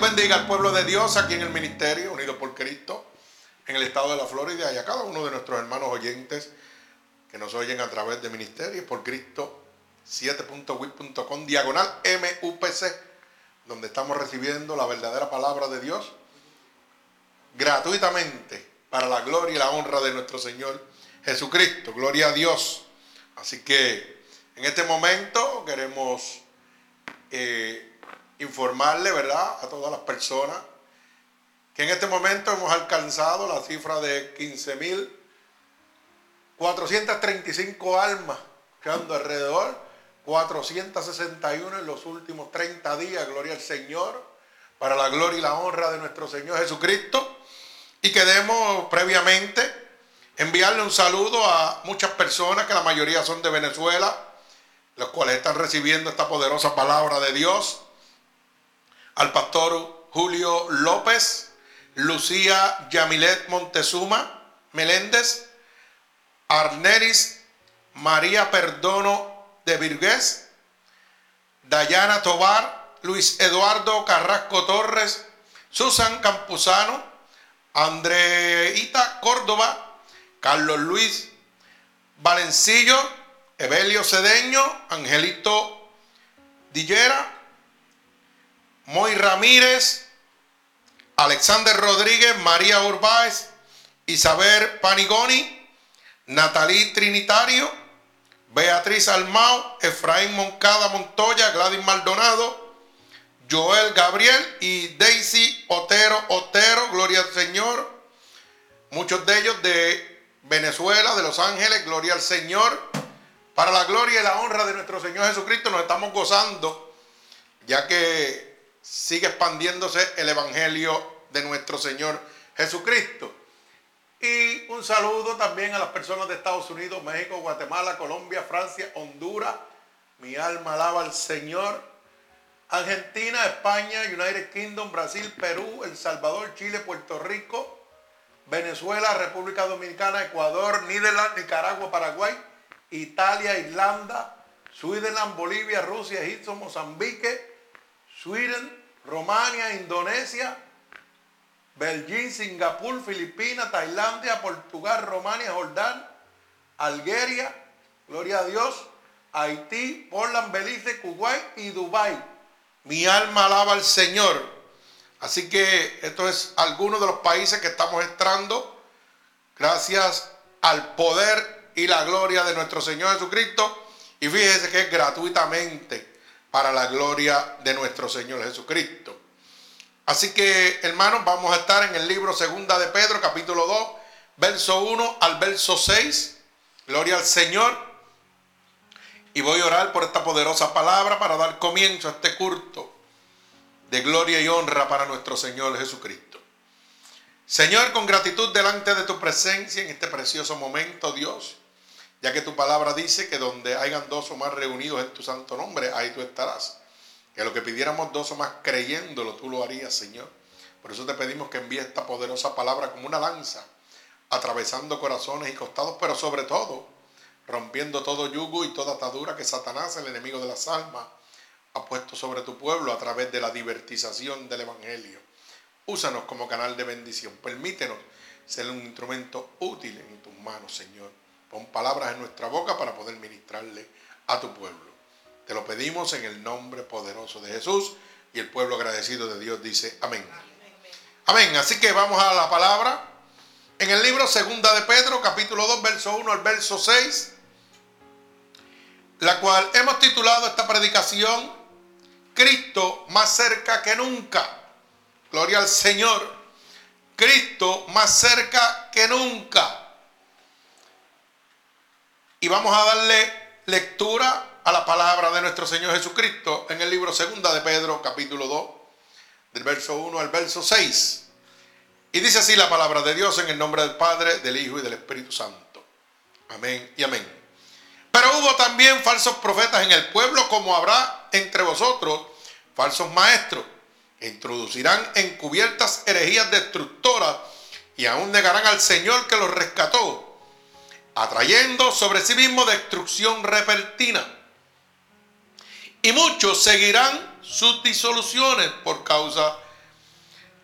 bendiga al pueblo de Dios aquí en el ministerio, unido por Cristo, en el estado de la Florida, y a cada uno de nuestros hermanos oyentes que nos oyen a través de Ministerios por Cristo 7.wit.com /MUPC, donde estamos recibiendo la verdadera palabra de Dios gratuitamente para la gloria y la honra de nuestro Señor Jesucristo. Gloria a Dios. Así que en este momento queremos informarle, ¿verdad?, a todas las personas que en este momento hemos alcanzado la cifra de 15.435 almas, quedando alrededor 461 en los últimos 30 días. Gloria al Señor, para la gloria y la honra de nuestro Señor Jesucristo. Y queremos previamente enviarle un saludo a muchas personas, que la mayoría son de Venezuela, los cuales están recibiendo esta poderosa palabra de Dios. Al pastor Julio López, Lucía Yamilet Montezuma Meléndez, Arneris María Perdono de Virgués, Dayana Tobar, Luis Eduardo Carrasco Torres, Susan Campuzano, Andreita Córdoba, Carlos Luis Valencillo, Evelio Cedeño, Angelito Dillera, Moy Ramírez, Alexander Rodríguez, María Urbáez, Isabel Panigoni, Natalí Trinitario, Beatriz Almao, Efraín Moncada Montoya, Gladys Maldonado, Joel Gabriel y Daisy Otero, gloria al Señor. Muchos de ellos de Venezuela, de Los Ángeles, gloria al Señor. Para la gloria y la honra de nuestro Señor Jesucristo nos estamos gozando, ya que sigue expandiéndose el evangelio de nuestro Señor Jesucristo. Y un saludo también a las personas de Estados Unidos, México, Guatemala, Colombia, Francia, Honduras. Mi alma alaba al Señor. Argentina, España, United Kingdom, Brasil, Perú, El Salvador, Chile, Puerto Rico, Venezuela, República Dominicana, Ecuador, Níderland, Nicaragua, Paraguay, Italia, Irlanda, Switzerland, Bolivia, Rusia, Egipto, Mozambique, Sweden, Romania, Indonesia, Belgium, Singapur, Filipinas, Tailandia, Portugal, Romania, Jordán, Algeria, gloria a Dios, Haití, Portland, Belice, Kuwait y Dubái. Mi alma alaba al Señor. Así que esto es algunos de los países que estamos entrando gracias al poder y la gloria de nuestro Señor Jesucristo. Y fíjese que es gratuitamente para la gloria de nuestro Señor Jesucristo. Así que, hermanos, vamos a estar en el libro Segunda de Pedro, capítulo 2, verso 1 al verso 6. Gloria al Señor. Y voy a orar por esta poderosa palabra para dar comienzo a este culto de gloria y honra para nuestro Señor Jesucristo. Señor, con gratitud delante de tu presencia en este precioso momento, Dios, ya que tu palabra dice que donde hayan dos o más reunidos en tu santo nombre, ahí tú estarás. Que lo que pidiéramos dos o más creyéndolo, tú lo harías, Señor. Por eso te pedimos que envíes esta poderosa palabra como una lanza, atravesando corazones y costados, pero sobre todo, rompiendo todo yugo y toda atadura que Satanás, el enemigo de las almas, ha puesto sobre tu pueblo a través de la divertización del evangelio. Úsanos como canal de bendición. Permítenos ser un instrumento útil en tus manos, Señor. Pon palabras en nuestra boca para poder ministrarle a tu pueblo. Te lo pedimos en el nombre poderoso de Jesús, y el pueblo agradecido de Dios dice amén. Amén. Así que vamos a la palabra. En el libro Segunda de Pedro, capítulo 2, verso 1 al verso 6, la cual hemos titulado esta predicación, Cristo más cerca que nunca. Gloria al Señor. Cristo más cerca que nunca. Y vamos a darle lectura a la palabra de nuestro Señor Jesucristo en el libro Segunda de Pedro, capítulo 2, del verso 1 al verso 6. Y dice así la palabra de Dios, en el nombre del Padre, del Hijo y del Espíritu Santo. Amén y amén. Pero hubo también falsos profetas en el pueblo, como habrá entre vosotros falsos maestros, que introducirán encubiertas herejías destructoras y aún negarán al Señor que los rescató, atrayendo sobre sí mismo destrucción repentina. Y muchos seguirán sus disoluciones por causa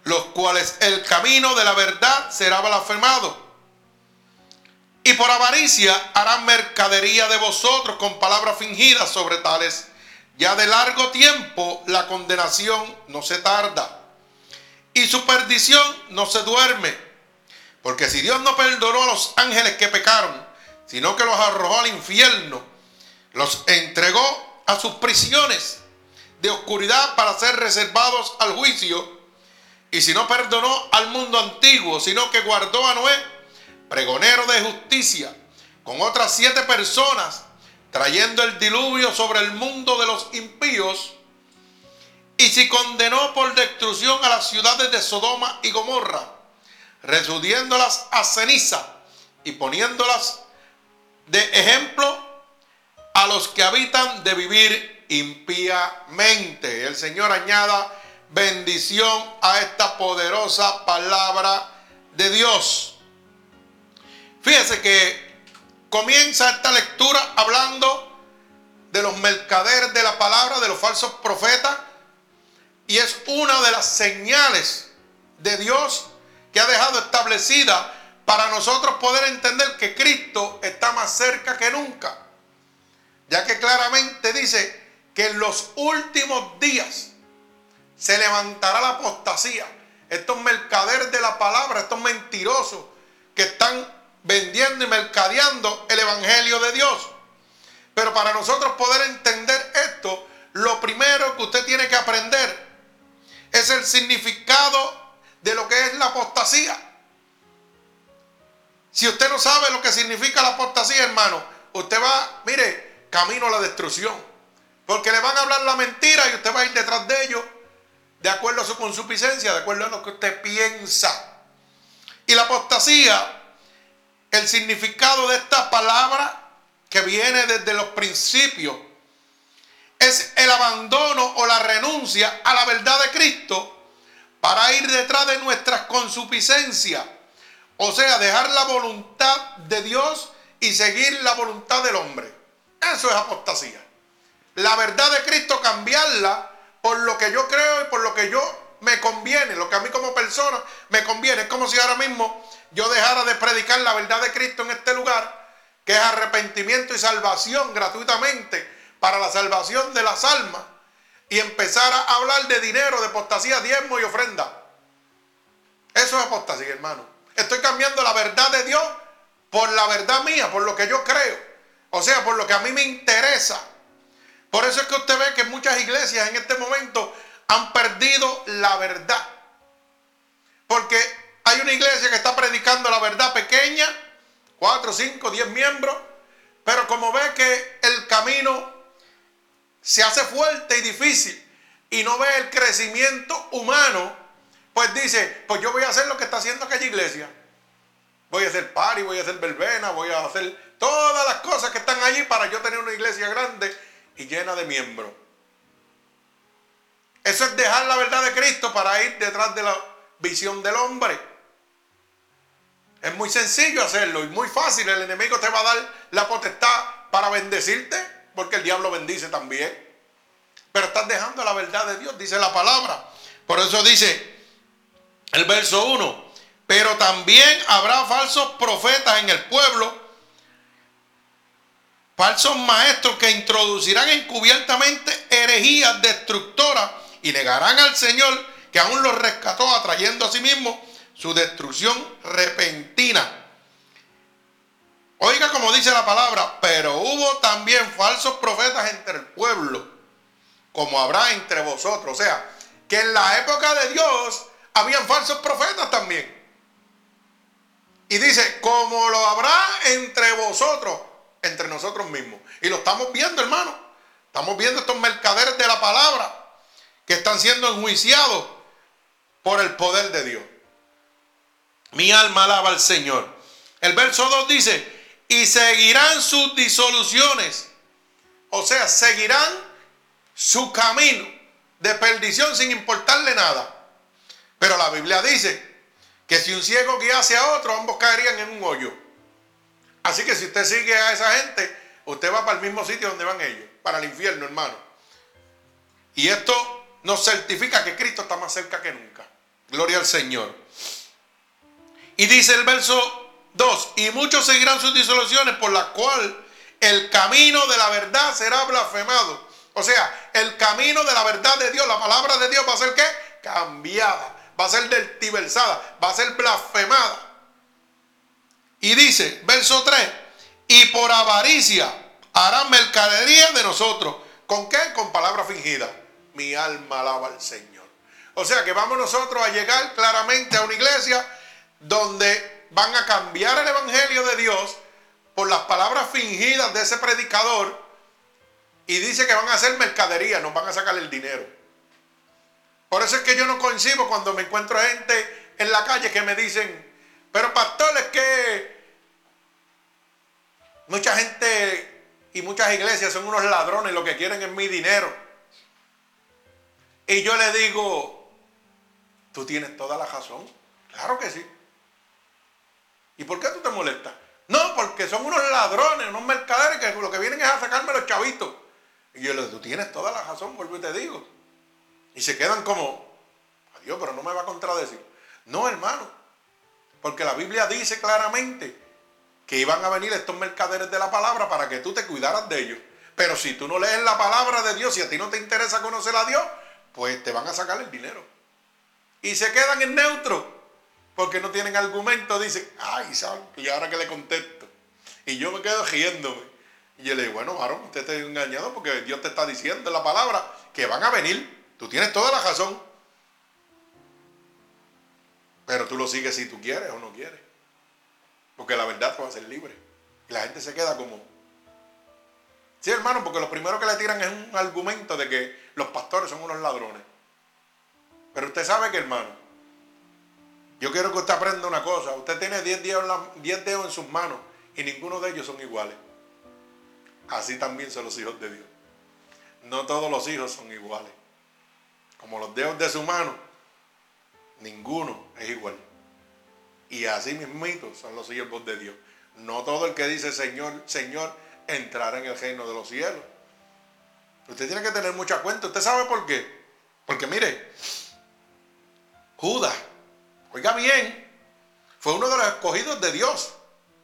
los cuales el camino de la verdad será blasfemado. Y por avaricia harán mercadería de vosotros con palabras fingidas sobre tales. Ya de largo tiempo la condenación no se tarda, y su perdición no se duerme. Porque si Dios no perdonó a los ángeles que pecaron, sino que los arrojó al infierno, los entregó a sus prisiones de oscuridad para ser reservados al juicio. Y si no perdonó al mundo antiguo, sino que guardó a Noé, pregonero de justicia, con otras 7 personas, trayendo el diluvio sobre el mundo de los impíos. Y si condenó por destrucción a las ciudades de Sodoma y Gomorra, reduciéndolas a ceniza y poniéndolas de ejemplo a los que habitan de vivir impíamente. El Señor añada bendición a esta poderosa palabra de Dios. Fíjese que comienza esta lectura hablando de los mercaderes de la palabra, de los falsos profetas, y es una de las señales de Dios que ha dejado establecida para nosotros poder entender que Cristo está más cerca que nunca, ya que claramente dice que en los últimos días se levantará la apostasía. Estos mercaderes de la palabra, estos mentirosos que están vendiendo y mercadeando el evangelio de Dios. Pero para nosotros poder entender esto, lo primero que usted tiene que aprender es el significado de lo que es la apostasía. Si usted no sabe lo que significa la apostasía, hermano, usted va, mire, camino a la destrucción. Porque le van a hablar la mentira y usted va a ir detrás de ellos de acuerdo a su concupiscencia, de acuerdo a lo que usted piensa. Y la apostasía, el significado de esta palabra que viene desde los principios, es el abandono o la renuncia a la verdad de Cristo para ir detrás de nuestras concupiscencias. O sea, dejar la voluntad de Dios y seguir la voluntad del hombre. Eso es apostasía. La verdad de Cristo, cambiarla por lo que yo creo y por lo que yo me conviene, lo que a mí como persona me conviene. Es como si ahora mismo yo dejara de predicar la verdad de Cristo en este lugar, que es arrepentimiento y salvación gratuitamente para la salvación de las almas, y empezar a hablar de dinero, de apostasía, diezmo y ofrenda. Eso es apostasía, hermano. Estoy cambiando la verdad de Dios por la verdad mía, por lo que yo creo. O sea, por lo que a mí me interesa. Por eso es que usted ve que muchas iglesias en este momento han perdido la verdad. Porque hay una iglesia que está predicando la verdad pequeña, 4, 5, 10 miembros, pero como ve que el camino se hace fuerte y difícil y no ve el crecimiento humano, pues dice, pues yo voy a hacer lo que está haciendo aquella iglesia. Voy a hacer party, voy a hacer verbena, voy a hacer todas las cosas que están allí para yo tener una iglesia grande y llena de miembros. Eso es dejar la verdad de Cristo para ir detrás de la visión del hombre. Es muy sencillo hacerlo y muy fácil. El enemigo te va a dar la potestad para bendecirte, porque el diablo bendice también. Pero estás dejando la verdad de Dios, dice la palabra. Por eso dice el verso 1: pero también habrá falsos profetas en el pueblo, falsos maestros que introducirán encubiertamente herejías destructoras y negarán al Señor, que aún los rescató, atrayendo a sí mismo su destrucción repentina. Oiga como dice la palabra: pero hubo también falsos profetas entre el pueblo, como habrá entre vosotros. O sea, que en la época de Dios habían falsos profetas también. Y dice, como lo habrá entre vosotros, entre nosotros mismos. Y lo estamos viendo, hermano. Estamos viendo estos mercaderes de la palabra que están siendo enjuiciados por el poder de Dios. Mi alma alaba al Señor. El verso 2 dice: y seguirán sus disoluciones. O sea, seguirán su camino de perdición sin importarle nada. Pero la Biblia dice que si un ciego guiase a otro, ambos caerían en un hoyo. Así que si usted sigue a esa gente, usted va para el mismo sitio donde van ellos, para el infierno, hermano. Y esto nos certifica que Cristo está más cerca que nunca. Gloria al Señor. Y dice el verso 2, y muchos seguirán sus disoluciones, por la cual el camino de la verdad será blasfemado. O sea, el camino de la verdad de Dios, la palabra de Dios va a ser ¿qué? Cambiada, va a ser tergiversada, va a ser blasfemada. Y dice, verso 3, y por avaricia harán mercadería de nosotros. ¿Con qué? Con palabras fingidas. Mi alma alaba al Señor. O sea que vamos nosotros a llegar claramente a una iglesia donde van a cambiar el evangelio de Dios por las palabras fingidas de ese predicador, y dice que van a hacer mercadería, nos van a sacar el dinero. Por eso es que yo no coincido cuando me encuentro gente en la calle que me dicen, pero pastor, es que mucha gente y muchas iglesias son unos ladrones y lo que quieren es mi dinero. Y yo le digo, tú tienes toda la razón. Claro que sí. ¿Y por qué tú te molestas? No, porque son unos ladrones, unos mercaderes que lo que vienen es a sacarme los chavitos. Y yo le digo, tú tienes toda la razón, vuelvo y te digo. Y se quedan como, adiós, pero no me va a contradecir. No, hermano, porque la Biblia dice claramente que iban a venir estos mercaderes de la palabra para que tú te cuidaras de ellos. Pero si tú no lees la palabra de Dios y a ti no te interesa conocer a Dios, pues te van a sacar el dinero. Y se quedan en neutro, porque no tienen argumento. Dicen, ay, santo, y ahora que le contesto. Y yo me quedo riéndome. Y yo le digo, bueno, varón, usted está engañado porque Dios te está diciendo en la palabra que van a venir. Tú tienes toda la razón. Pero tú lo sigues si tú quieres o no quieres. Porque la verdad te va a hacer libre. Y la gente se queda como... Sí, hermano, porque lo primero que le tiran es un argumento de que los pastores son unos ladrones. Pero usted sabe que, hermano, yo quiero que usted aprenda una cosa. Usted tiene 10 dedos en sus manos y ninguno de ellos son iguales. Así también son los hijos de Dios. No todos los hijos son iguales. Como los dedos de su mano, ninguno es igual. Y así mismitos son los hijos de Dios. No todo el que dice Señor, Señor, entrará en el reino de los cielos. Usted tiene que tener mucha cuenta. ¿Usted sabe por qué? Porque mire, Judas, oiga bien, fue uno de los escogidos de Dios.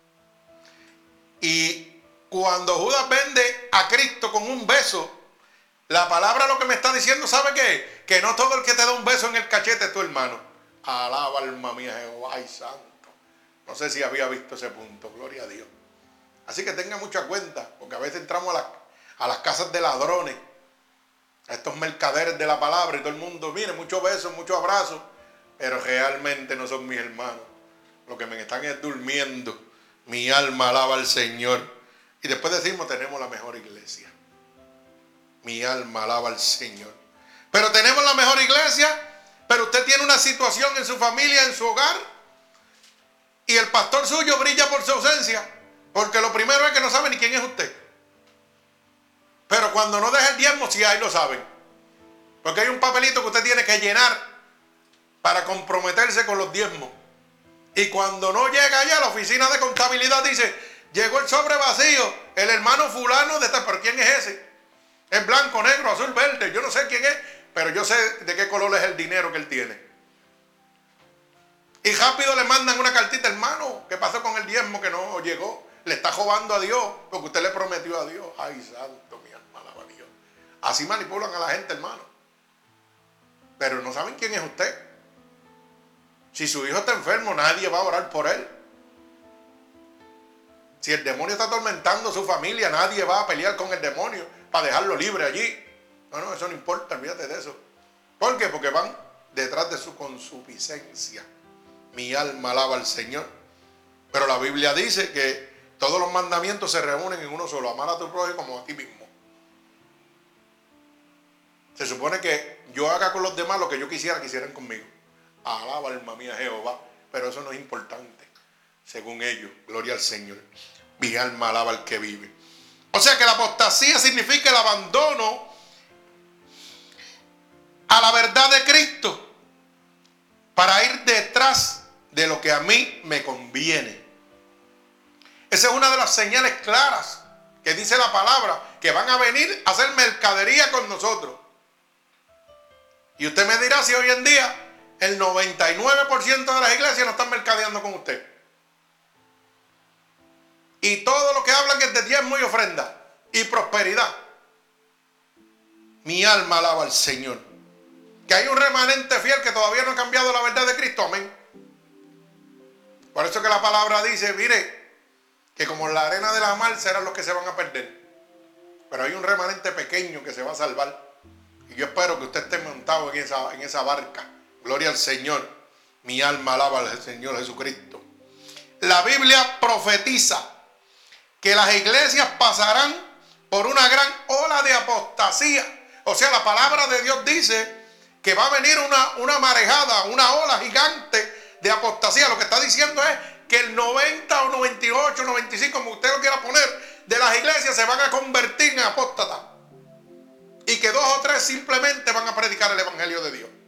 Y cuando Judas vende a Cristo con un beso, la palabra lo que me está diciendo, ¿sabe qué? Que no todo el que te da un beso en el cachete es tu hermano. Alaba alma mía Jehová, ay santo. No sé si había visto ese punto, gloria a Dios. Así que tenga mucha cuenta, porque a veces entramos a las casas de ladrones, a estos mercaderes de la palabra, y todo el mundo, mire, muchos besos, muchos abrazos, pero realmente no son mis hermanos. Lo que me están es durmiendo. Mi alma alaba al Señor. Y después decimos, tenemos la mejor iglesia. Mi alma alaba al Señor. Pero tenemos la mejor iglesia, pero usted tiene una situación en su familia, en su hogar, y el pastor suyo brilla por su ausencia, porque lo primero es que no sabe ni quién es usted. Pero cuando no deja el diezmo, sí, ahí lo saben. Porque hay un papelito que usted tiene que llenar para comprometerse con los diezmos. Y cuando no llega allá, la oficina de contabilidad dice, llegó el sobre vacío, el hermano fulano de esta, pero ¿quién es ese? Es blanco, negro, azul, verde, yo no sé quién es, pero yo sé de qué color es el dinero que él tiene. Y rápido le mandan una cartita, hermano, ¿qué pasó con el diezmo que no llegó? Le está robando a Dios, porque usted le prometió a Dios. Ay, santo, mi alma alaba a Dios. Así manipulan a la gente, hermano. Pero no saben quién es usted. Si su hijo está enfermo, nadie va a orar por él. Si el demonio está atormentando a su familia, nadie va a pelear con el demonio para dejarlo libre allí. No, eso no importa, olvídate de eso. ¿Por qué? Porque van detrás de su consuficiencia. Mi alma alaba al Señor. Pero la Biblia dice que todos los mandamientos se reúnen en uno solo. Amar a tu prójimo como a ti mismo. Se supone que yo haga con los demás lo que yo quisiera que hicieran conmigo. Alaba alma mía Jehová. Pero eso no es importante. Según ellos, gloria al Señor. Mi alma alaba al que vive. O sea que la apostasía significa el abandono a la verdad de Cristo para ir detrás de lo que a mí me conviene. Esa es una de las señales claras que dice la palabra, que van a venir a hacer mercadería con nosotros. Y usted me dirá si hoy en día el 99% de las iglesias no están mercadeando con usted. Y todo lo que hablan es de diezmo y ofrenda y prosperidad. Mi alma alaba al Señor. Que hay un remanente fiel que todavía no ha cambiado la verdad de Cristo. Amén. Por eso que la palabra dice, mire, que como la arena de la mar serán los que se van a perder. Pero hay un remanente pequeño que se va a salvar. Y yo espero que usted esté montado en esa barca. Gloria al Señor. Mi alma alaba al Señor Jesucristo. La Biblia profetiza que las iglesias pasarán por una gran ola de apostasía. O sea, la palabra de Dios dice que va a venir una marejada, una ola gigante de apostasía. Lo que está diciendo es que el 90 o 98, 95, como usted lo quiera poner, de las iglesias se van a convertir en apóstatas. Y que 2 o 3 simplemente van a predicar el evangelio de Dios.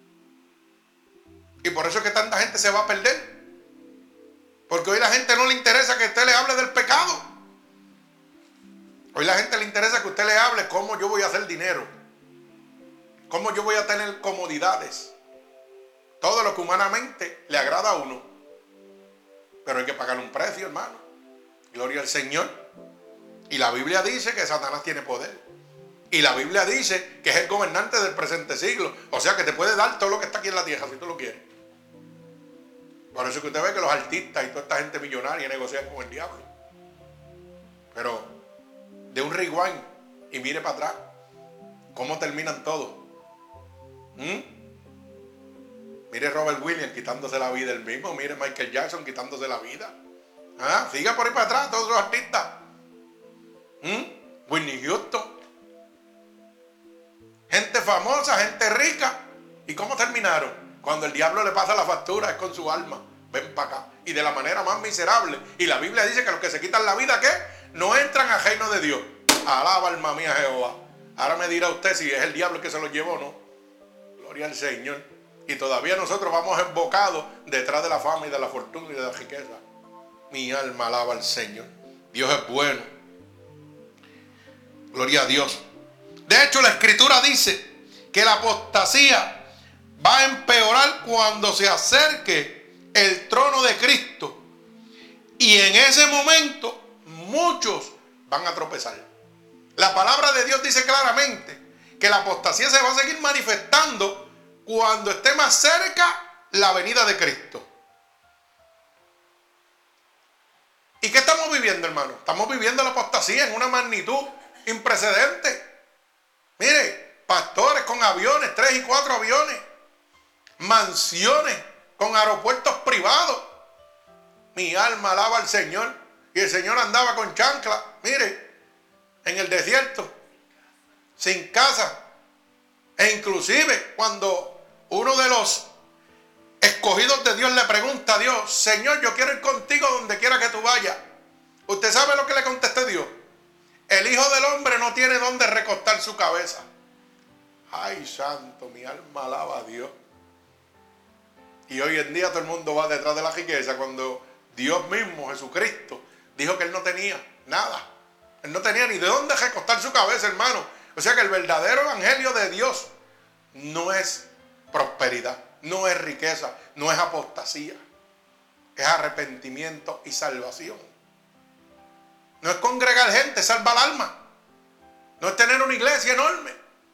Y por eso es que tanta gente se va a perder. Porque hoy a la gente no le interesa que usted le hable del pecado. Hoy a la gente le interesa que usted le hable cómo yo voy a hacer dinero. Cómo yo voy a tener comodidades. Todo lo que humanamente le agrada a uno. Pero hay que pagar un precio, hermano. Gloria al Señor. Y la Biblia dice que Satanás tiene poder. Y la Biblia dice que es el gobernante del presente siglo. O sea que te puede dar todo lo que está aquí en la tierra si tú lo quieres. Por eso que usted ve que los artistas y toda esta gente millonaria negocian con el diablo. Pero de un rewind y mire para atrás cómo terminan todos. Mire Robert Williams quitándose la vida él mismo. Mire Michael Jackson quitándose la vida. Siga por ahí para atrás todos los artistas. Whitney Houston. Gente famosa, gente rica. ¿Y cómo terminaron? Cuando el diablo le pasa la factura es con su alma. Ven para acá. Y de la manera más miserable. Y la Biblia dice que los que se quitan la vida, ¿qué? No entran al reino de Dios. Alaba alma mía Jehová. Ahora me dirá usted si es el diablo el que se los llevó o no. Gloria al Señor. Y todavía nosotros vamos embocados detrás de la fama y de la fortuna y de la riqueza. Mi alma alaba al Señor. Dios es bueno. Gloria a Dios. De hecho, la Escritura dice que la apostasía va a empeorar cuando se acerque el trono de Cristo. Y en ese momento muchos van a tropezar. La palabra de Dios dice claramente que la apostasía se va a seguir manifestando cuando esté más cerca la venida de Cristo. ¿Y qué estamos viviendo, hermano? Estamos viviendo la apostasía en una magnitud imprecedente. Mire, pastores con aviones, 3 y 4 aviones, mansiones con aeropuertos privados. Mi alma alaba al Señor. Y el Señor andaba con chancla, mire, en el desierto, sin casa. E inclusive cuando uno de los escogidos de Dios le pregunta a Dios, Señor, yo quiero ir contigo donde quiera que tú vayas. ¿Usted sabe lo que le contestó Dios? El Hijo del Hombre no tiene dónde recostar su cabeza. Ay, santo, mi alma alaba a Dios. Y hoy en día todo el mundo va detrás de la riqueza cuando Dios mismo, Jesucristo, dijo que Él no tenía nada. Él no tenía ni de dónde recostar su cabeza, hermano. O sea que el verdadero evangelio de Dios no es prosperidad, no es riqueza, no es apostasía. Es arrepentimiento y salvación. No es congregar gente, salvar el alma. No es tener una iglesia enorme.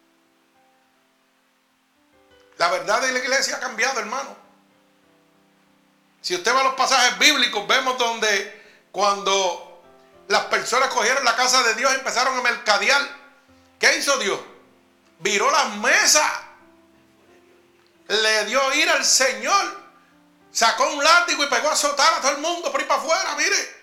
La verdad de la iglesia ha cambiado, hermano. Si usted va a los pasajes bíblicos, vemos donde cuando las personas cogieron la casa de Dios y empezaron a mercadear, ¿qué hizo Dios? Viró las mesas. Le dio ira al Señor. Sacó un látigo y pegó a azotar a todo el mundo por ahí para afuera, mire.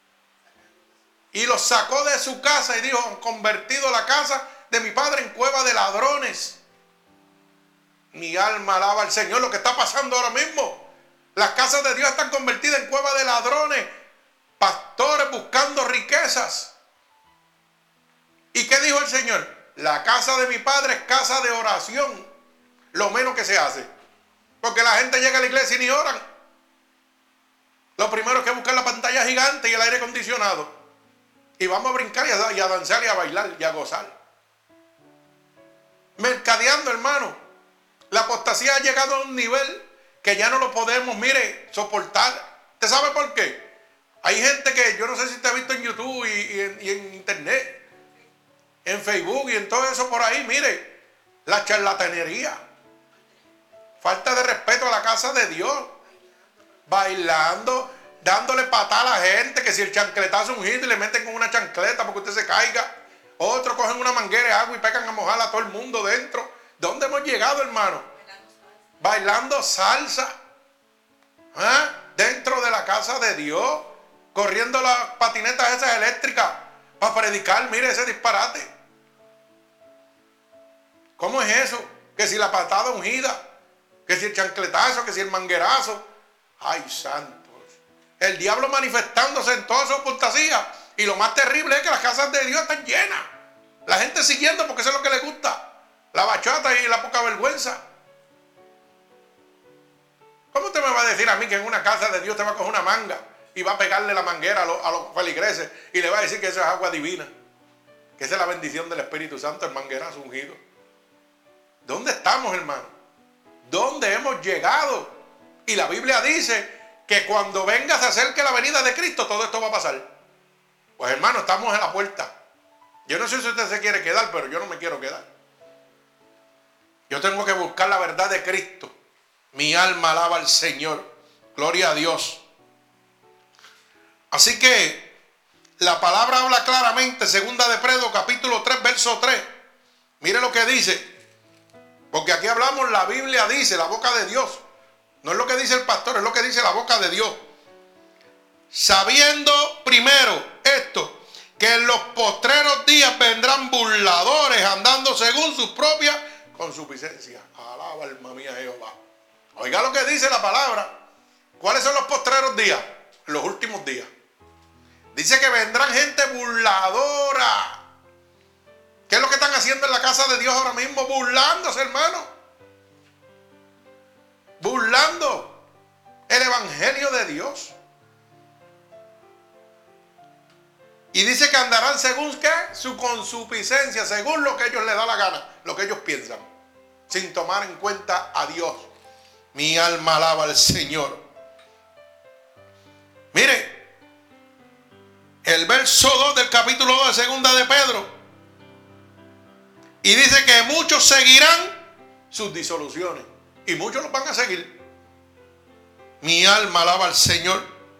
Y los sacó de su casa y dijo, han convertido la casa de mi padre en cueva de ladrones. Mi alma alaba al Señor. Lo que está pasando ahora mismo, las casas de Dios están convertidas en cueva de ladrones. Pastores buscando riquezas. ¿Y qué dijo el Señor? La casa de mi padre es casa de oración. Lo menos que se hace. Porque la gente llega a la iglesia y ni oran. Lo primero es que buscar la pantalla gigante y el aire acondicionado. Y vamos a brincar y a danzar y a bailar y a gozar. Mercadeando, hermano. La apostasía ha llegado a un nivel que ya no lo podemos, mire, soportar. ¿Usted sabe por qué? Hay gente que yo no sé si te ha visto en YouTube y en internet, en Facebook y en todo eso por ahí, mire, la charlatanería, falta de respeto a la casa de Dios, bailando, dándole patada a la gente, que si el chancletazo ungido y le meten con una chancleta porque usted se caiga, otros cogen una manguera de agua y pegan a mojar a todo el mundo dentro. ¿Dónde hemos llegado, hermano? Bailando salsa, ¿eh? Dentro de la casa de Dios, corriendo las patinetas esas eléctricas para predicar. Mire ese disparate. ¿Cómo es eso? Que si la patada ungida, que si el chancletazo, que si el manguerazo. ¡Ay, santos! El diablo manifestándose en toda su apostasía. Y lo más terrible es que las casas de Dios están llenas. La gente siguiendo porque eso es lo que le gusta. La bachata y la poca vergüenza. ¿Cómo usted me va a decir a mí que en una casa de Dios te va a coger una manga y va a pegarle la manguera a los feligreses y le va a decir que eso es agua divina? Que esa es la bendición del Espíritu Santo, el manguerazo ungido. ¿Dónde estamos, hermano? ¿Dónde hemos llegado? Y la Biblia dice que cuando venga se acerque la venida de Cristo, todo esto va a pasar. Pues, hermano, estamos en la puerta. Yo no sé si usted se quiere quedar, pero yo no me quiero quedar. Yo tengo que buscar la verdad de Cristo. Mi alma alaba al Señor. Gloria a Dios. Así que la palabra habla claramente, segunda de Pedro, capítulo 3, verso 3. Mire lo que dice. Porque aquí hablamos, la Biblia dice, la boca de Dios. No es lo que dice el pastor, es lo que dice la boca de Dios. Sabiendo primero esto, que en los postreros días vendrán burladores andando según sus propias concupiscencias. Alaba alma mía Jehová. Oiga lo que dice la palabra. ¿Cuáles son los postreros días? Los últimos días. Dice que vendrán gente burladora. ¿Qué es lo que están haciendo en la casa de Dios ahora mismo? Burlándose, hermano. Burlando el evangelio de Dios. Y dice que andarán según ¿qué? Su concupiscencia, según lo que ellos les da la gana, lo que ellos piensan, sin tomar en cuenta a Dios. Mi alma alaba al Señor. Mire, el verso 2 del capítulo 2 de segunda de Pedro. Y dice que muchos seguirán sus disoluciones. Y muchos los van a seguir. Mi alma alaba al Señor.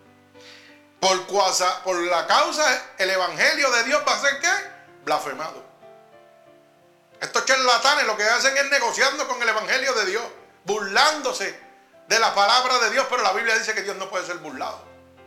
Por la causa, el evangelio de Dios va a ser ¿qué? Blasfemado. Estos charlatanes lo que hacen es negociando con el evangelio de Dios, burlándose de la palabra de Dios, pero la Biblia dice que Dios no puede ser burlado.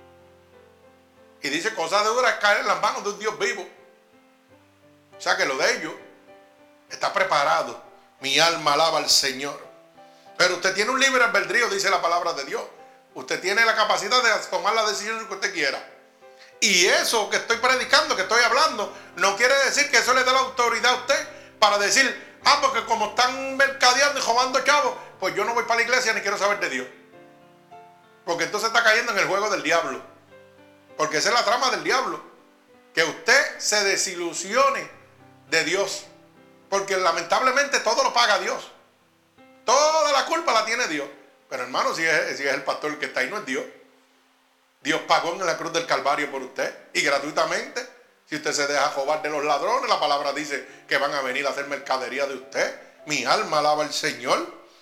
Y dice cosas de duras caer en las manos de un Dios vivo. O sea que lo de ellos está preparado. Mi alma alaba al Señor. Pero usted tiene un libre albedrío, dice la palabra de Dios. Usted tiene la capacidad de tomar la decisión que usted quiera. Y eso que estoy predicando, que estoy hablando, no quiere decir que eso le dé la autoridad a usted para decir, porque como están mercadeando y robando chavos, pues yo no voy para la iglesia ni quiero saber de Dios. Porque entonces está cayendo en el juego del diablo. Porque esa es la trama del diablo. Que usted se desilusione de Dios. Porque lamentablemente todo lo paga Dios. Toda la culpa la tiene Dios. Pero hermano, si es el pastor el que está ahí, no es Dios. Dios pagó en la cruz del Calvario por usted. Y gratuitamente. Si usted se deja robar de los ladrones, la palabra dice que van a venir a hacer mercadería de usted. Mi alma alaba al Señor.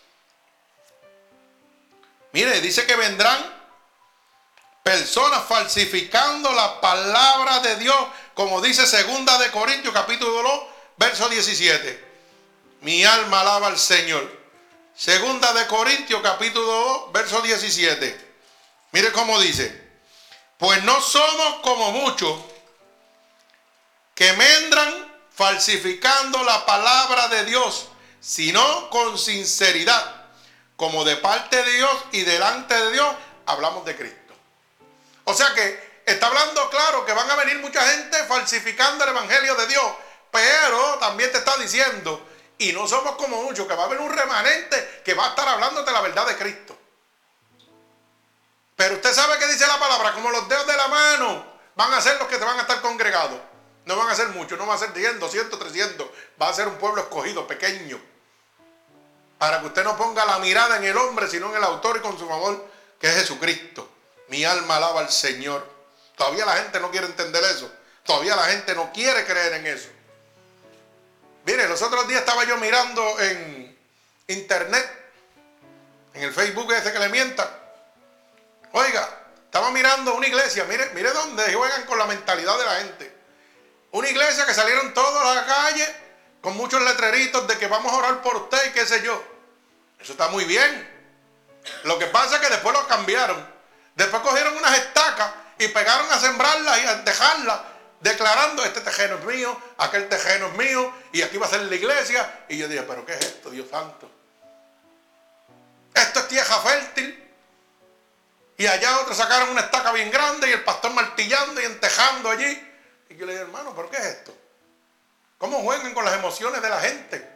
Mire, dice que vendrán personas falsificando la palabra de Dios, como dice segunda de Corintios, capítulo 2, verso 17. Mi alma alaba al Señor. Segunda de Corintios, capítulo 2, verso 17. Mire cómo dice. Pues no somos como muchos que mendran falsificando la palabra de Dios, sino con sinceridad, como de parte de Dios y delante de Dios, hablamos de Cristo. O sea que está hablando claro que van a venir mucha gente falsificando el evangelio de Dios, pero también te está diciendo, y no somos como muchos, que va a haber un remanente que va a estar hablándote la verdad de Cristo. Pero usted sabe que dice la palabra, como los dedos de la mano van a ser los que te van a estar congregados. No van a ser muchos, no van a ser 100, 200, 300. Va a ser un pueblo escogido, pequeño. para que usted no ponga la mirada en el hombre, sino en el autor y consumidor, que es Jesucristo. Mi alma alaba al Señor. Todavía la gente no quiere entender eso. Todavía la gente no quiere creer en eso. Mire, los otros días estaba yo mirando en internet, en el Facebook ese que le mientan. Oiga, estaba mirando una iglesia, mire dónde juegan con la mentalidad de la gente. Una iglesia que salieron todos a la calle con muchos letreritos de que vamos a orar por usted y qué sé yo. Eso está muy bien. Lo que pasa es que después lo cambiaron. Después cogieron unas estacas y pegaron a sembrarlas y a dejarlas, declarando: este terreno es mío, aquel terreno es mío, y aquí va a ser la iglesia. Y yo dije: ¿pero qué es esto, Dios santo? Esto es tierra fértil. Y allá otros sacaron una estaca bien grande y el pastor martillando y entejando allí. Y yo le dije: hermano, ¿pero qué es esto? ¿Cómo juegan con las emociones de la gente?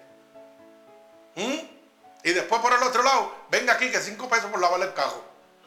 Y después por el otro lado, venga aquí que 5 pesos por lavarle el carro.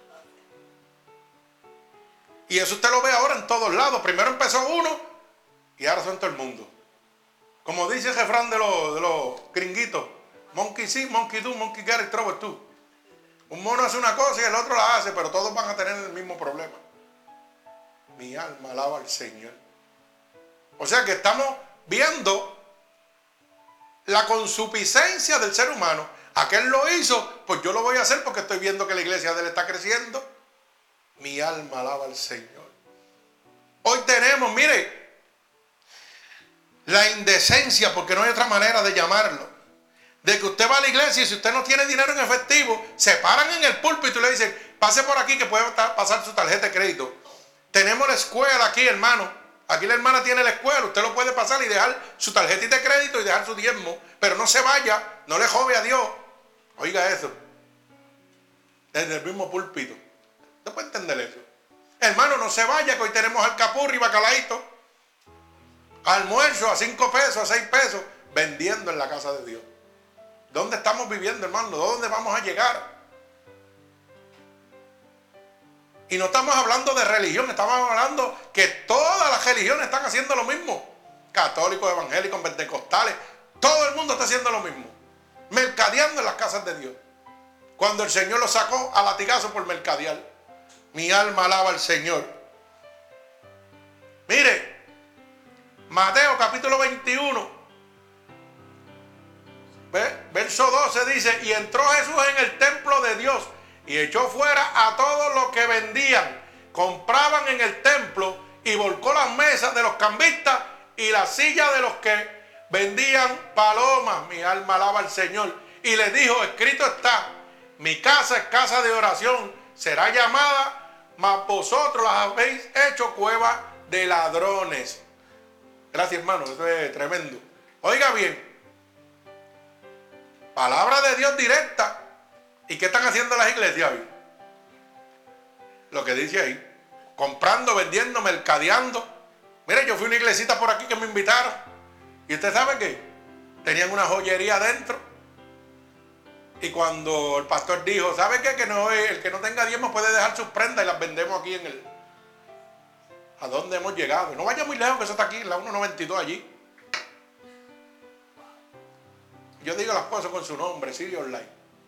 Y eso usted lo ve ahora en todos lados. Primero empezó uno y ahora son todo el mundo. Como dice el refrán de los gringuitos: monkey see, monkey do, monkey get it, trouble too. Un mono hace una cosa y el otro la hace, pero todos van a tener el mismo problema. Mi alma alaba al Señor. O sea que estamos viendo la consuficiencia del ser humano. Aquel lo hizo, pues yo lo voy a hacer porque estoy viendo que la iglesia de él está creciendo. Mi alma alaba al Señor. Hoy tenemos, mire, la indecencia, porque no hay otra manera de llamarlo, de que usted va a la iglesia y si usted no tiene dinero en efectivo, se paran en el púlpito y le dicen: pase por aquí que puede pasar su tarjeta de crédito. Tenemos la escuela aquí, hermano. Aquí la hermana tiene la escuela. Usted lo puede pasar y dejar su tarjetita de crédito y dejar su diezmo. Pero no se vaya, no le jove a Dios. Oiga eso. Desde el mismo púlpito. ¿Usted puede entender eso? Hermano, no se vaya, que hoy tenemos alcapurri y bacalaíto. Almuerzo a 5 pesos, a 6 pesos, vendiendo en la casa de Dios. ¿Dónde estamos viviendo, hermano? ¿Dónde vamos a llegar? Y no estamos hablando de religión, estamos hablando que todas las religiones están haciendo lo mismo. Católicos, evangélicos, pentecostales, todo el mundo está haciendo lo mismo. Mercadeando en las casas de Dios. Cuando el Señor lo sacó a latigazo por mercadear. Mi alma alaba al Señor. Mire, Mateo capítulo 21. Verso 12 dice: y entró Jesús en el templo de Dios y echó fuera a todos los que vendían, compraban en el templo, y volcó las mesas de los cambistas y las sillas de los que vendían palomas. Mi alma alaba al Señor. Y les dijo: escrito está: mi casa es casa de oración, será llamada, mas vosotros las habéis hecho cueva de ladrones. Gracias, hermano, eso es tremendo. Oiga bien, palabra de Dios directa. ¿Y qué están haciendo las iglesias hoy? Lo que dice ahí: comprando, vendiendo, mercadeando. Mire, yo fui a una iglesita por aquí que me invitaron. ¿Y usted sabe qué? Tenían una joyería adentro. Y cuando el pastor dijo: ¿sabe qué? Que no, el que no tenga diezmo puede dejar sus prendas y las vendemos aquí en el... ¿A dónde hemos llegado? No vaya muy lejos, que eso está aquí, en la 192 allí. Yo digo las cosas con su nombre, Sirio Online.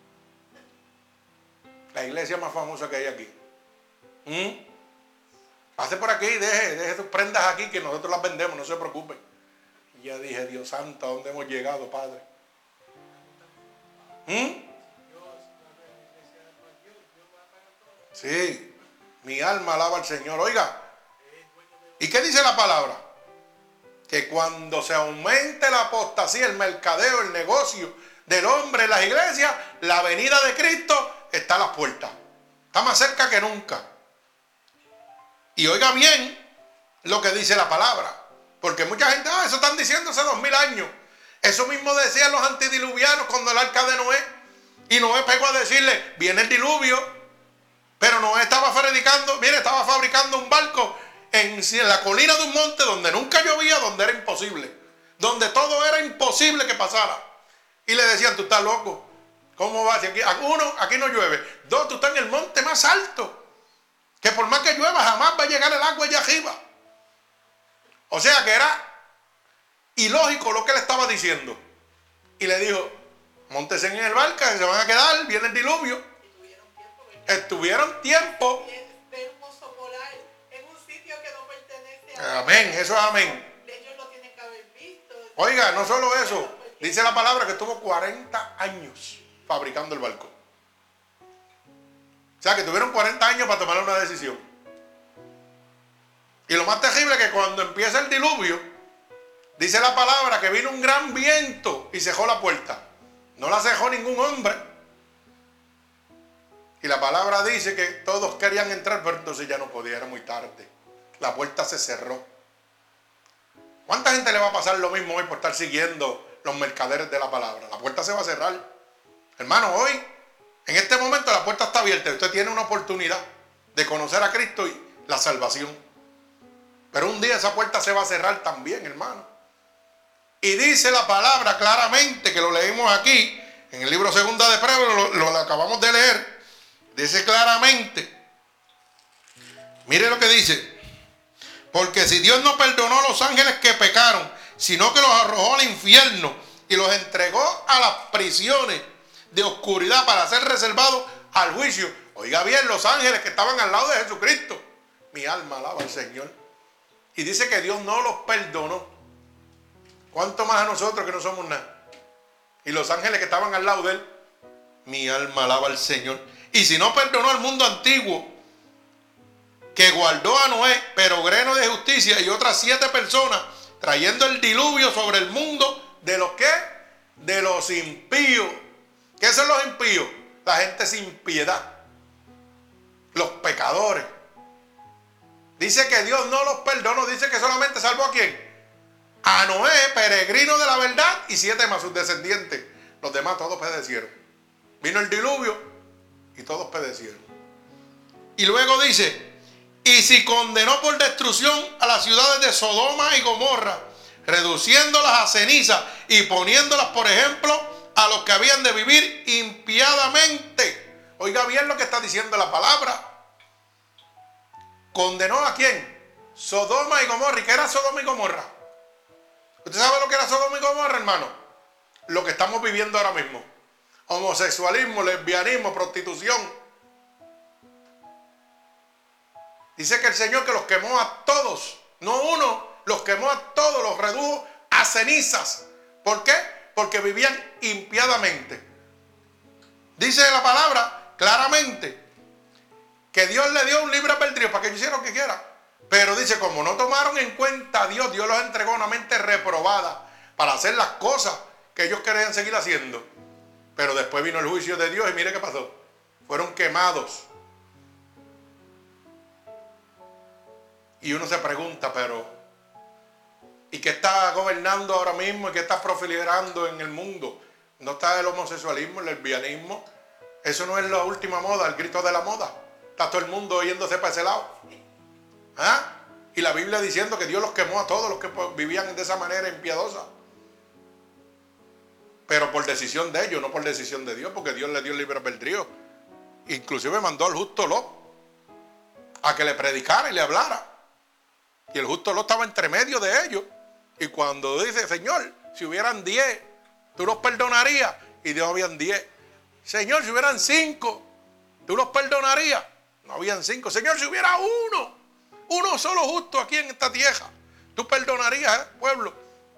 La iglesia más famosa que hay aquí. Pase por aquí y deje sus prendas aquí, que nosotros las vendemos, no se preocupen. Y ya dije: Dios santo, ¿a dónde hemos llegado, Padre? Sí, mi alma alaba al Señor. Oiga, ¿y qué dice la palabra? Que cuando se aumente la apostasía, el mercadeo, el negocio del hombre en las iglesias, la venida de Cristo está a las puertas. Está más cerca que nunca. Y oiga bien lo que dice la palabra. Porque mucha gente: eso están diciendo hace 2000 años. Eso mismo decían los antidiluvianos cuando el arca de Noé. Y Noé pegó a decirle: viene el diluvio. Pero Noé estaba fabricando un barco en la colina de un monte donde nunca llovía, donde era imposible. Donde todo era imposible que pasara. Y le decían: tú estás loco. ¿Cómo vas? Aquí no llueve. 2, tú estás en el monte más alto. Que por más que llueva, jamás va a llegar el agua allá arriba. O sea que era ilógico lo que le estaba diciendo. Y le dijo: Móntese en el barco, se van a quedar, viene el diluvio. Estuvieron tiempo. Ver un oso polar en un sitio que no pertenece a... Amén, eso es amén. Ellos lo tienen que haber visto. Oiga, no solo eso, dice la palabra que estuvo 40 años fabricando el barco. O sea, que tuvieron 40 años para tomar una decisión. Y lo más terrible es que cuando empieza el diluvio, dice la palabra que vino un gran viento y cerró la puerta. No la cerró ningún hombre. Y la palabra dice que todos querían entrar, pero entonces ya no podía, era muy tarde. La puerta se cerró. ¿Cuánta gente le va a pasar lo mismo hoy por estar siguiendo los mercaderes de la palabra? La puerta se va a cerrar. Hermano, hoy, en este momento la puerta está abierta. Usted tiene una oportunidad de conocer a Cristo y la salvación. Pero un día esa puerta se va a cerrar también, hermano. Y dice la palabra claramente, que lo leímos aquí, en el libro Segunda de Pedro, lo acabamos de leer. Dice claramente, mire lo que dice. Porque si Dios no perdonó a los ángeles que pecaron, sino que los arrojó al infierno y los entregó a las prisiones de oscuridad para ser reservados al juicio. Oiga bien, los ángeles que estaban al lado de Jesucristo. Mi alma alaba al Señor. Y dice que Dios no los perdonó. ¿Cuánto más a nosotros que no somos nada? Y los ángeles que estaban al lado de él. Mi alma alaba al Señor. Y si no perdonó al mundo antiguo, que guardó a Noé, peregrino de justicia, y otras 7 personas, trayendo el diluvio sobre el mundo, ¿de los qué? De los impíos. ¿Qué son los impíos? La gente sin piedad. Los pecadores. Dice que Dios no los perdonó, dice que solamente salvó ¿a quién? A Noé, peregrino de la verdad, y 7 más sus descendientes. Los demás todos perecieron. Vino el diluvio y todos perecieron. Y luego dice, y si condenó por destrucción a las ciudades de Sodoma y Gomorra, reduciéndolas a ceniza y poniéndolas, por ejemplo, a los que habían de vivir impiadamente. Oiga bien lo que está diciendo la palabra. ¿Condenó a quién? Sodoma y Gomorra. ¿Y qué era Sodoma y Gomorra? ¿Usted sabe lo que era Sodoma y Gomorra, hermano? Lo que estamos viviendo ahora mismo. Homosexualismo, lesbianismo, prostitución. Dice que el Señor que los quemó a todos, no uno, los quemó a todos, los redujo a cenizas. ¿Por qué? Porque vivían impiadamente. Dice la palabra claramente que Dios le dio un libre albedrío para que ellos hicieran lo que quieran. Pero dice, como no tomaron en cuenta a Dios, Dios los entregó a una mente reprobada para hacer las cosas que ellos querían seguir haciendo. Pero después vino el juicio de Dios y mire qué pasó. Fueron quemados. Y uno se pregunta, pero ¿y qué está gobernando ahora mismo? ¿Y qué está proliferando en el mundo? ¿No está el homosexualismo, el lesbianismo? Eso no es la última moda, el grito de la moda. Está todo el mundo yéndose para ese lado. ¿Ah? Y la Biblia diciendo que Dios los quemó a todos los que vivían de esa manera impiedosa. Pero por decisión de ellos, no por decisión de Dios, porque Dios le dio el libre albedrío. Inclusive mandó al justo Lot a que le predicara y le hablara. Y el justo Lot estaba entre medio de ellos. Y cuando dice, Señor, si hubieran 10, ¿tú los perdonarías? Y no habían 10. Señor, si hubieran 5, ¿tú los perdonarías? No habían 5. Señor, si hubiera uno solo justo aquí en esta tierra, ¿tú perdonarías, pueblo?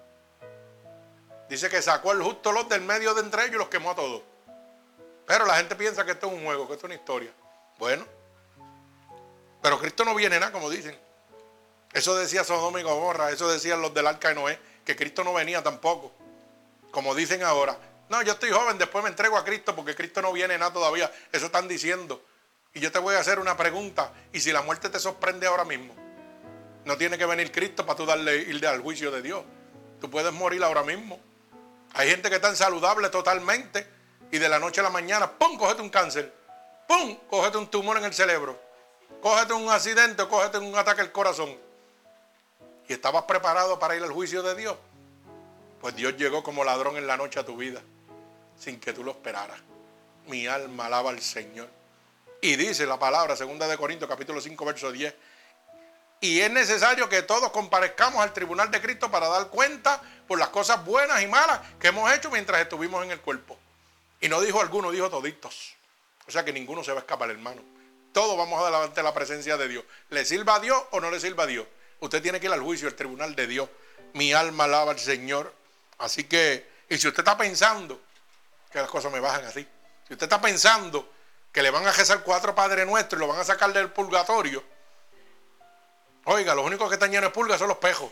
Dice que sacó el justo Lot del medio de entre ellos y los quemó a todos. Pero la gente piensa que esto es un juego, que esto es una historia. Bueno, pero Cristo no viene nada, como dicen. Eso decía Sodoma y Gomorra, eso decían los del arca de Noé, que Cristo no venía tampoco. Como dicen ahora. No, yo estoy joven, después me entrego a Cristo porque Cristo no viene nada todavía. Eso están diciendo. Y yo te voy a hacer una pregunta. ¿Y si la muerte te sorprende ahora mismo? No tiene que venir Cristo para tú irle al juicio de Dios. Tú puedes morir ahora mismo. Hay gente que está saludable totalmente y de la noche a la mañana, ¡pum!, cógete un cáncer. ¡Pum!, cógete un tumor en el cerebro. Cógete un accidente, cógete un ataque al corazón. ¿Y estabas preparado para ir al juicio de Dios? Pues Dios llegó como ladrón en la noche a tu vida, sin que tú lo esperaras. Mi alma alaba al Señor. Y dice la palabra, 2 Corintios capítulo 5, verso 10. Y es necesario que todos comparezcamos al tribunal de Cristo para dar cuenta por las cosas buenas y malas que hemos hecho mientras estuvimos en el cuerpo. Y no dijo alguno, dijo toditos. O sea que ninguno se va a escapar, hermano. Todos vamos a delante de la presencia de Dios. ¿Le sirva a Dios o no le sirva a Dios? Usted tiene que ir al juicio, al tribunal de Dios. Mi alma alaba al Señor. Así que, y si usted está pensando que las cosas me bajan así, si usted está pensando que le van a rezar 4 Padres Nuestros y lo van a sacar del purgatorio, oiga, los únicos que están llenos de pulgas son los pejos.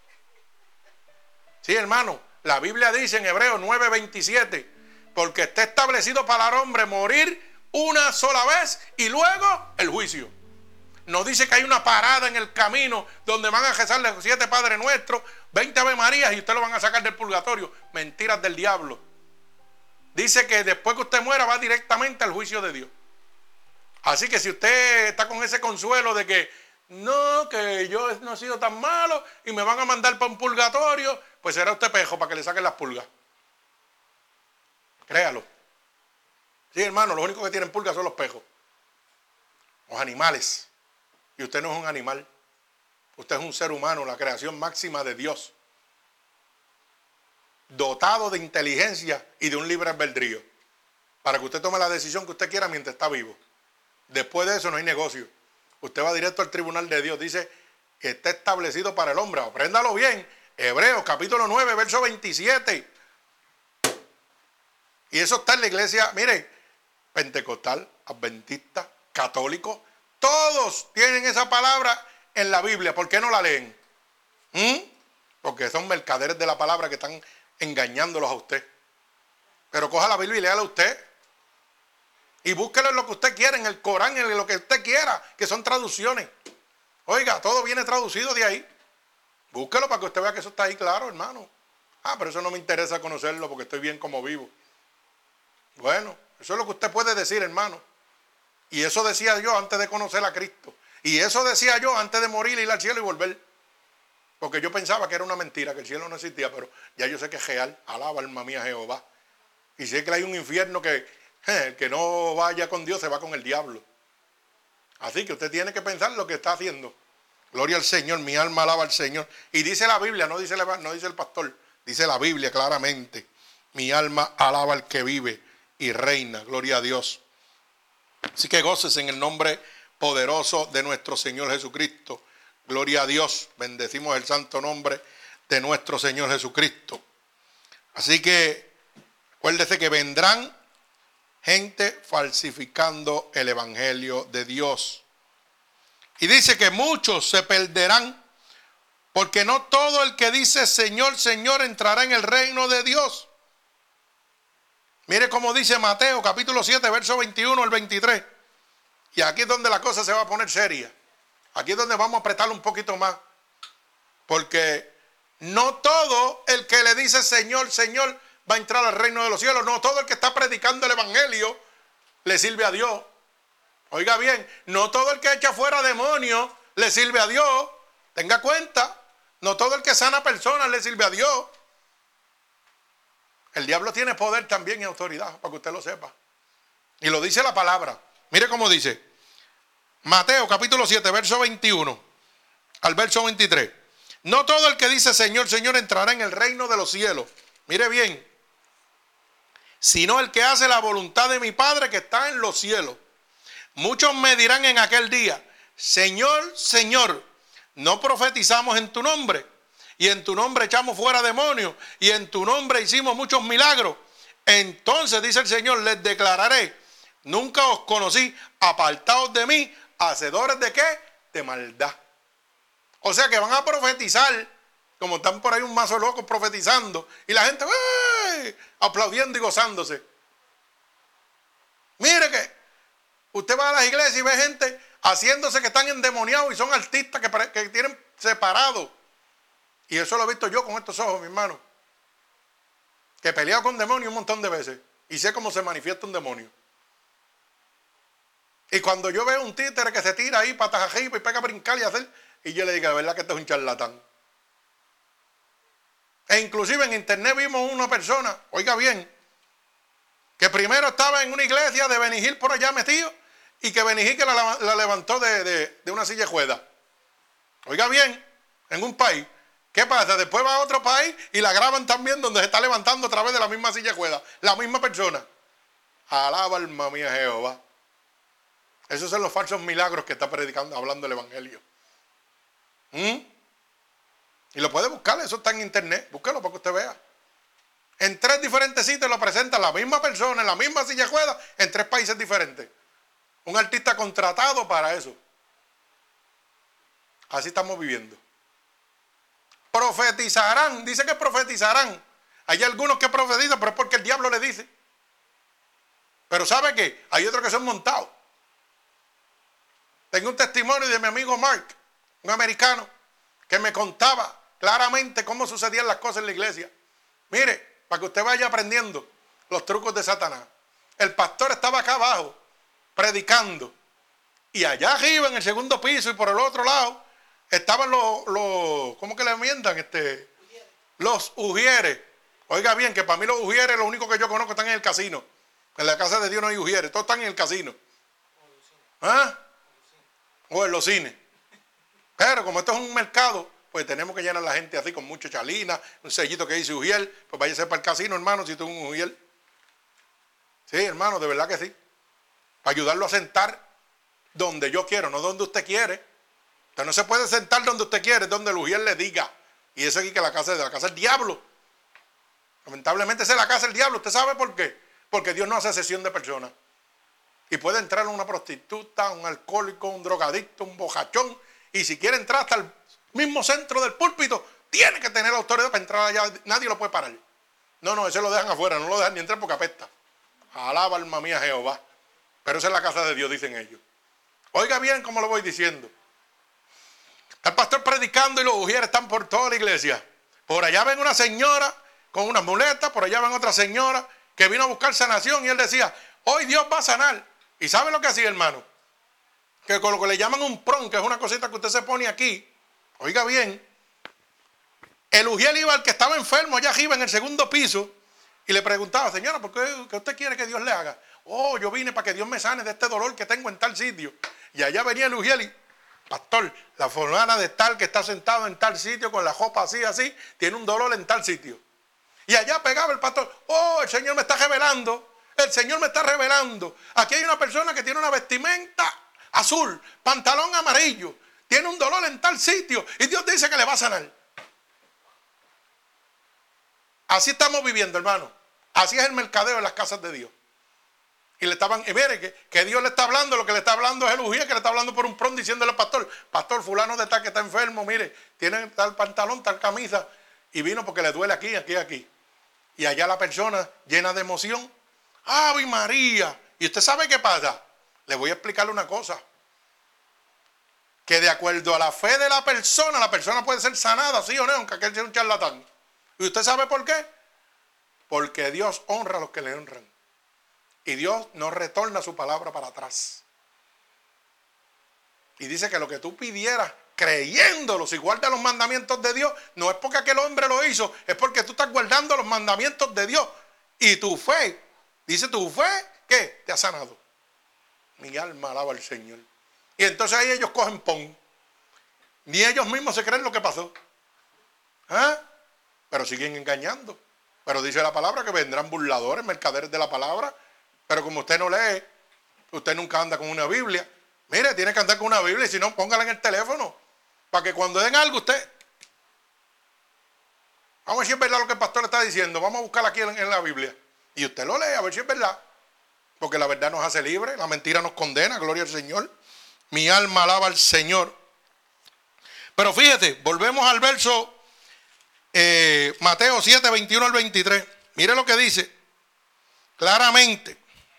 Sí, hermano, la Biblia dice en Hebreos 9:27, porque está establecido para el hombre morir una sola vez y luego el juicio. No dice que hay una parada en el camino donde van a rezarle 7 Padres Nuestros, 20 Ave Marías y usted lo van a sacar del purgatorio. Mentiras del diablo. Dice que después que usted muera va directamente al juicio de Dios. Así que si usted está con ese consuelo de que no, que yo no he sido tan malo y me van a mandar para un purgatorio, pues será usted pejo para que le saquen las pulgas. Créalo. Sí, hermano, los únicos que tienen pulgas son los pejos. Los animales. Y usted no es un animal. Usted es un ser humano, la creación máxima de Dios. Dotado de inteligencia y de un libre albedrío. Para que usted tome la decisión que usted quiera mientras está vivo. Después de eso no hay negocio. Usted va directo al tribunal de Dios. Dice que está establecido para el hombre. Apréndalo bien. Hebreos capítulo 9, verso 27. Y eso está en la iglesia, mire, pentecostal, adventista, católico. Todos tienen esa palabra en la Biblia. ¿Por qué no la leen? Porque son mercaderes de la palabra que están engañándolos a usted. Pero coja la Biblia y léala usted. Y búsquelo en lo que usted quiera, en el Corán, en lo que usted quiera, que son traducciones. Oiga, todo viene traducido de ahí. Búsquelo para que usted vea que eso está ahí claro, hermano. Pero eso no me interesa conocerlo porque estoy bien como vivo. Bueno, eso es lo que usted puede decir, hermano. Y eso decía yo antes de conocer a Cristo. Y eso decía yo antes de morir, ir al cielo y volver. Porque yo pensaba que era una mentira, que el cielo no existía, pero ya yo sé que es real. Alaba alma mía Jehová. Y sé que hay un infierno que el que no vaya con Dios se va con el diablo. Así que usted tiene que pensar lo que está haciendo. Gloria al Señor, mi alma alaba al Señor. Y dice la Biblia, no dice el pastor, dice la Biblia claramente. Mi alma alaba al que vive y reina. Gloria a Dios. Así que goces en el nombre poderoso de nuestro Señor Jesucristo. Gloria a Dios. Bendecimos el santo nombre de nuestro Señor Jesucristo. Así que acuérdese que vendrán gente falsificando el evangelio de Dios. Y dice que muchos se perderán porque no todo el que dice Señor, Señor entrará en el reino de Dios. Mire cómo dice Mateo capítulo 7 verso 21 al 23. Y aquí es donde la cosa se va a poner seria. Aquí es donde vamos a apretarlo un poquito más. Porque no todo el que le dice Señor, Señor va a entrar al reino de los cielos. No todo el que está predicando el evangelio le sirve a Dios. Oiga bien, no todo el que echa fuera demonios le sirve a Dios. Tenga cuenta, no todo el que sana personas le sirve a Dios. El diablo tiene poder también y autoridad, para que usted lo sepa. Y lo dice la palabra. Mire cómo dice. Mateo capítulo 7, verso 21 al verso 23. No todo el que dice Señor, Señor entrará en el reino de los cielos. Mire bien. Sino el que hace la voluntad de mi Padre que está en los cielos. Muchos me dirán en aquel día, Señor, Señor, no profetizamos en tu nombre, y en tu nombre echamos fuera demonios, y en tu nombre hicimos muchos milagros. Entonces, dice el Señor, les declararé, nunca os conocí, apartaos de mí, hacedores de ¿qué? De maldad. O sea que van a profetizar, como están por ahí un mazo locos profetizando, y la gente ¡ay! Aplaudiendo y gozándose. Mire que usted va a las iglesias y ve gente haciéndose que están endemoniados y son artistas que tienen separados. Y eso lo he visto yo con estos ojos, mi hermano. Que he peleado con demonios un montón de veces. Y sé cómo se manifiesta un demonio. Y cuando yo veo un títere que se tira ahí, patas arriba y pega a brincar y hacer, y yo le digo, la verdad que este es un charlatán. E inclusive en internet vimos una persona, oiga bien, que primero estaba en una iglesia de Benny Hill por allá metido, y que Benny Hill que la levantó de una silla de ruedas. Oiga bien, en un país. ¿Qué pasa? Después va a otro país y la graban también donde se está levantando a través de la misma silla de ruedas. La misma persona. Alaba alma mía Jehová. Esos son los falsos milagros que está predicando, hablando el evangelio. Y lo puede buscar, eso está en internet. Búsquelo para que usted vea. En 3 diferentes sitios lo presenta la misma persona, en la misma silla de ruedas, en 3 países diferentes. Un artista contratado para eso. Así estamos viviendo. Profetizarán, dice que profetizarán. Hay algunos que profetizan, pero es porque el diablo le dice. Pero ¿sabe qué? Hay otros que son montados. Tengo un testimonio de mi amigo Mark, un americano, que me contaba claramente cómo sucedían las cosas en la iglesia. Mire, para que usted vaya aprendiendo los trucos de Satanás. El pastor estaba acá abajo, predicando. Y allá arriba, en el segundo piso y por el otro lado, estaban los ¿cómo que le enmiendan? Los ujieres. Oiga bien, que para mí los ujieres, lo único que yo conozco están en el casino. En la casa de Dios no hay ujieres, todos están en el casino. ¿Ah? O en los cines. Pero como esto es un mercado, pues tenemos que llenar a la gente así con mucho chalina, un sellito que dice ujier, pues váyase para el casino, hermano, si tú eres un ujier. Sí, hermano, de verdad que sí. Para ayudarlo a sentar donde yo quiero, no donde usted quiere. Usted no se puede sentar donde usted quiere, donde el ujier le diga. Y eso aquí que la casa del diablo. Lamentablemente esa es la casa del diablo. ¿Usted sabe por qué? Porque Dios no hace excepción de personas. Y puede entrar una prostituta, un alcohólico, un drogadicto, un bojachón. Y si quiere entrar hasta el mismo centro del púlpito, tiene que tener autoridad para entrar allá. Nadie lo puede parar. No, ese lo dejan afuera, no lo dejan ni entrar porque apesta. Alaba alma mía Jehová. Pero esa es la casa de Dios, dicen ellos. Oiga bien cómo lo voy diciendo. Está el pastor predicando y los ujieres están por toda la iglesia. Por allá ven una señora con una muleta, por allá ven otra señora que vino a buscar sanación y él decía, hoy Dios va a sanar. ¿Y sabe lo que hacía, hermano? Que con lo que le llaman un prón, que es una cosita que usted se pone aquí, oiga bien, el ujier iba al que estaba enfermo allá arriba en el segundo piso y le preguntaba, señora, ¿por qué usted quiere que Dios le haga? Oh, yo vine para que Dios me sane de este dolor que tengo en tal sitio. Y allá venía el ujier y, pastor, la fulana de tal que está sentado en tal sitio con la ropa así, tiene un dolor en tal sitio. Y allá pegaba el pastor, oh, el Señor me está revelando. El Señor me está revelando. Aquí hay una persona que tiene una vestimenta azul, pantalón amarillo, tiene un dolor en tal sitio y Dios dice que le va a sanar. Así estamos viviendo, hermano. Así es el mercadeo en las casas de Dios. Y mire que Dios le está hablando, lo que le está hablando es el ujier que le está hablando por un prón diciéndole al pastor, pastor fulano de tal que está enfermo, mire, tiene tal pantalón, tal camisa y vino porque le duele aquí. Y allá la persona llena de emoción. ¡Ave María! ¿Y usted sabe qué pasa? Le voy a explicarle una cosa. Que de acuerdo a la fe de la persona puede ser sanada, sí o no, aunque aquel sea un charlatán. ¿Y usted sabe por qué? Porque Dios honra a los que le honran. Y Dios no retorna su palabra para atrás. Y dice que lo que tú pidieras, creyéndolo, si guardas los mandamientos de Dios, no es porque aquel hombre lo hizo, es porque tú estás guardando los mandamientos de Dios. Y tu fe, dice tu fe, ¿qué? Te ha sanado. Mi alma alaba al Señor. Y entonces ahí ellos cogen pon. Ni ellos mismos se creen lo que pasó. ¿Ah? Pero siguen engañando. Pero dice la palabra que vendrán burladores, mercaderes de la palabra. Pero como usted no lee, usted nunca anda con una Biblia. Mire, tiene que andar con una Biblia y si no, póngala en el teléfono. Para que cuando den algo usted... Vamos a ver si es verdad lo que el pastor le está diciendo. Vamos a buscarla aquí en la Biblia. Y usted lo lee, a ver si es verdad. Porque la verdad nos hace libres, la mentira nos condena, gloria al Señor. Mi alma alaba al Señor. Pero fíjate, volvemos al verso Mateo 7, 21 al 23. Mire lo que dice claramente.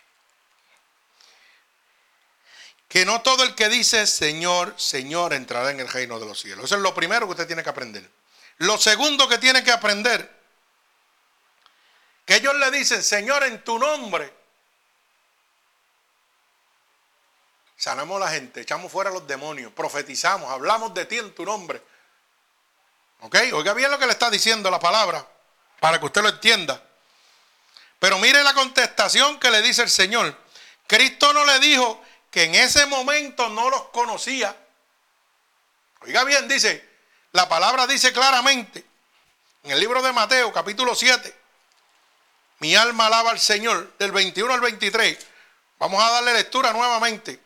Que no todo el que dice Señor, Señor entrará en el reino de los cielos. Eso es lo primero que usted tiene que aprender. Lo segundo que tiene que aprender, que ellos le dicen Señor en tu nombre. Sanamos a la gente, echamos fuera a los demonios, profetizamos, hablamos de ti en tu nombre. ¿Ok? Oiga bien lo que le está diciendo la palabra, para que usted lo entienda. Pero mire la contestación que le dice el Señor. Cristo no le dijo que en ese momento no los conocía. Oiga bien, dice, la palabra dice claramente, en el libro de Mateo, capítulo 7, Mi alma alaba al Señor. Del 21 al 23. Vamos a darle lectura nuevamente.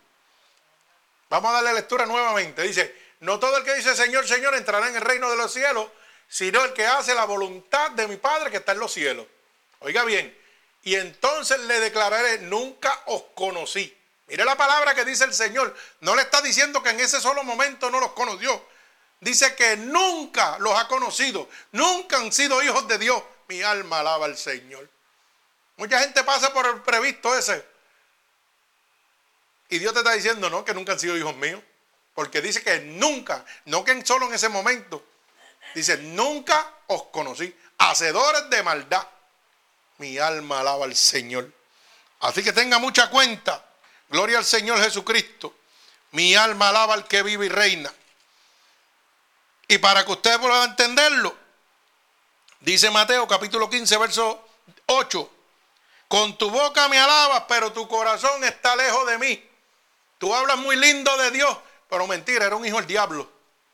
Dice, no todo el que dice Señor, Señor entrará en el reino de los cielos, sino el que hace la voluntad de mi Padre que está en los cielos. Oiga bien, y entonces le declararé, nunca os conocí. Mire la palabra que dice el Señor. No le está diciendo que en ese solo momento no los conoció. Dice que nunca los ha conocido. Nunca han sido hijos de Dios. Mi alma alaba al Señor. Mucha gente pasa por el previsto ese. Y Dios te está diciendo, no, que nunca han sido hijos míos. Porque dice que nunca, no que solo en ese momento. Dice, nunca os conocí. Hacedores de maldad. Mi alma alaba al Señor. Así que tenga mucha cuenta. Gloria al Señor Jesucristo. Mi alma alaba al que vive y reina. Y para que ustedes puedan entenderlo, dice Mateo capítulo 15, verso 8. Con tu boca me alabas, pero tu corazón está lejos de mí. Tú hablas muy lindo de Dios, pero mentira, era un hijo del diablo.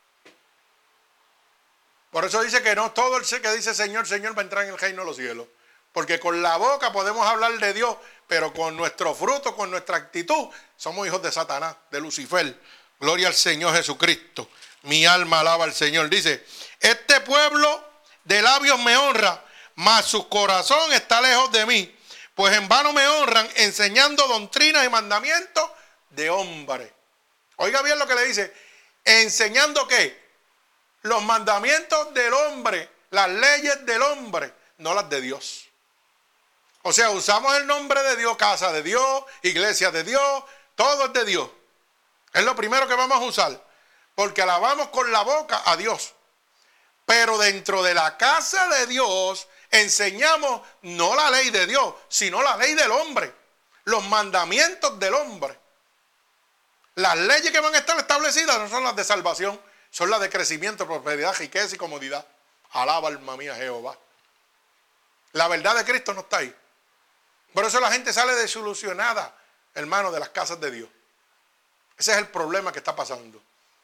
Por eso dice que no todo el que dice Señor, Señor va a entrar en el reino de los cielos. Porque con la boca podemos hablar de Dios, pero con nuestro fruto, con nuestra actitud, somos hijos de Satanás, de Lucifer. Gloria al Señor Jesucristo. Mi alma alaba al Señor. Dice, este pueblo de labios me honra, mas su corazón está lejos de mí. Pues en vano me honran, enseñando doctrinas y mandamientos de hombre. Oiga bien lo que le dice. ¿Enseñando qué? Los mandamientos del hombre, las leyes del hombre, no las de Dios. O sea, usamos el nombre de Dios, casa de Dios, iglesia de Dios, todo es de Dios. Es lo primero que vamos a usar, porque alabamos con la boca a Dios. Pero dentro de la casa de Dios enseñamos no la ley de Dios, sino la ley del hombre, los mandamientos del hombre. Las leyes que van a estar establecidas no son las de salvación, son las de crecimiento, prosperidad, riqueza y comodidad. Alaba alma mía Jehová. La verdad de Cristo no está ahí. Por eso la gente sale desilusionada, hermano, de las casas de Dios. Ese es el problema que está pasando.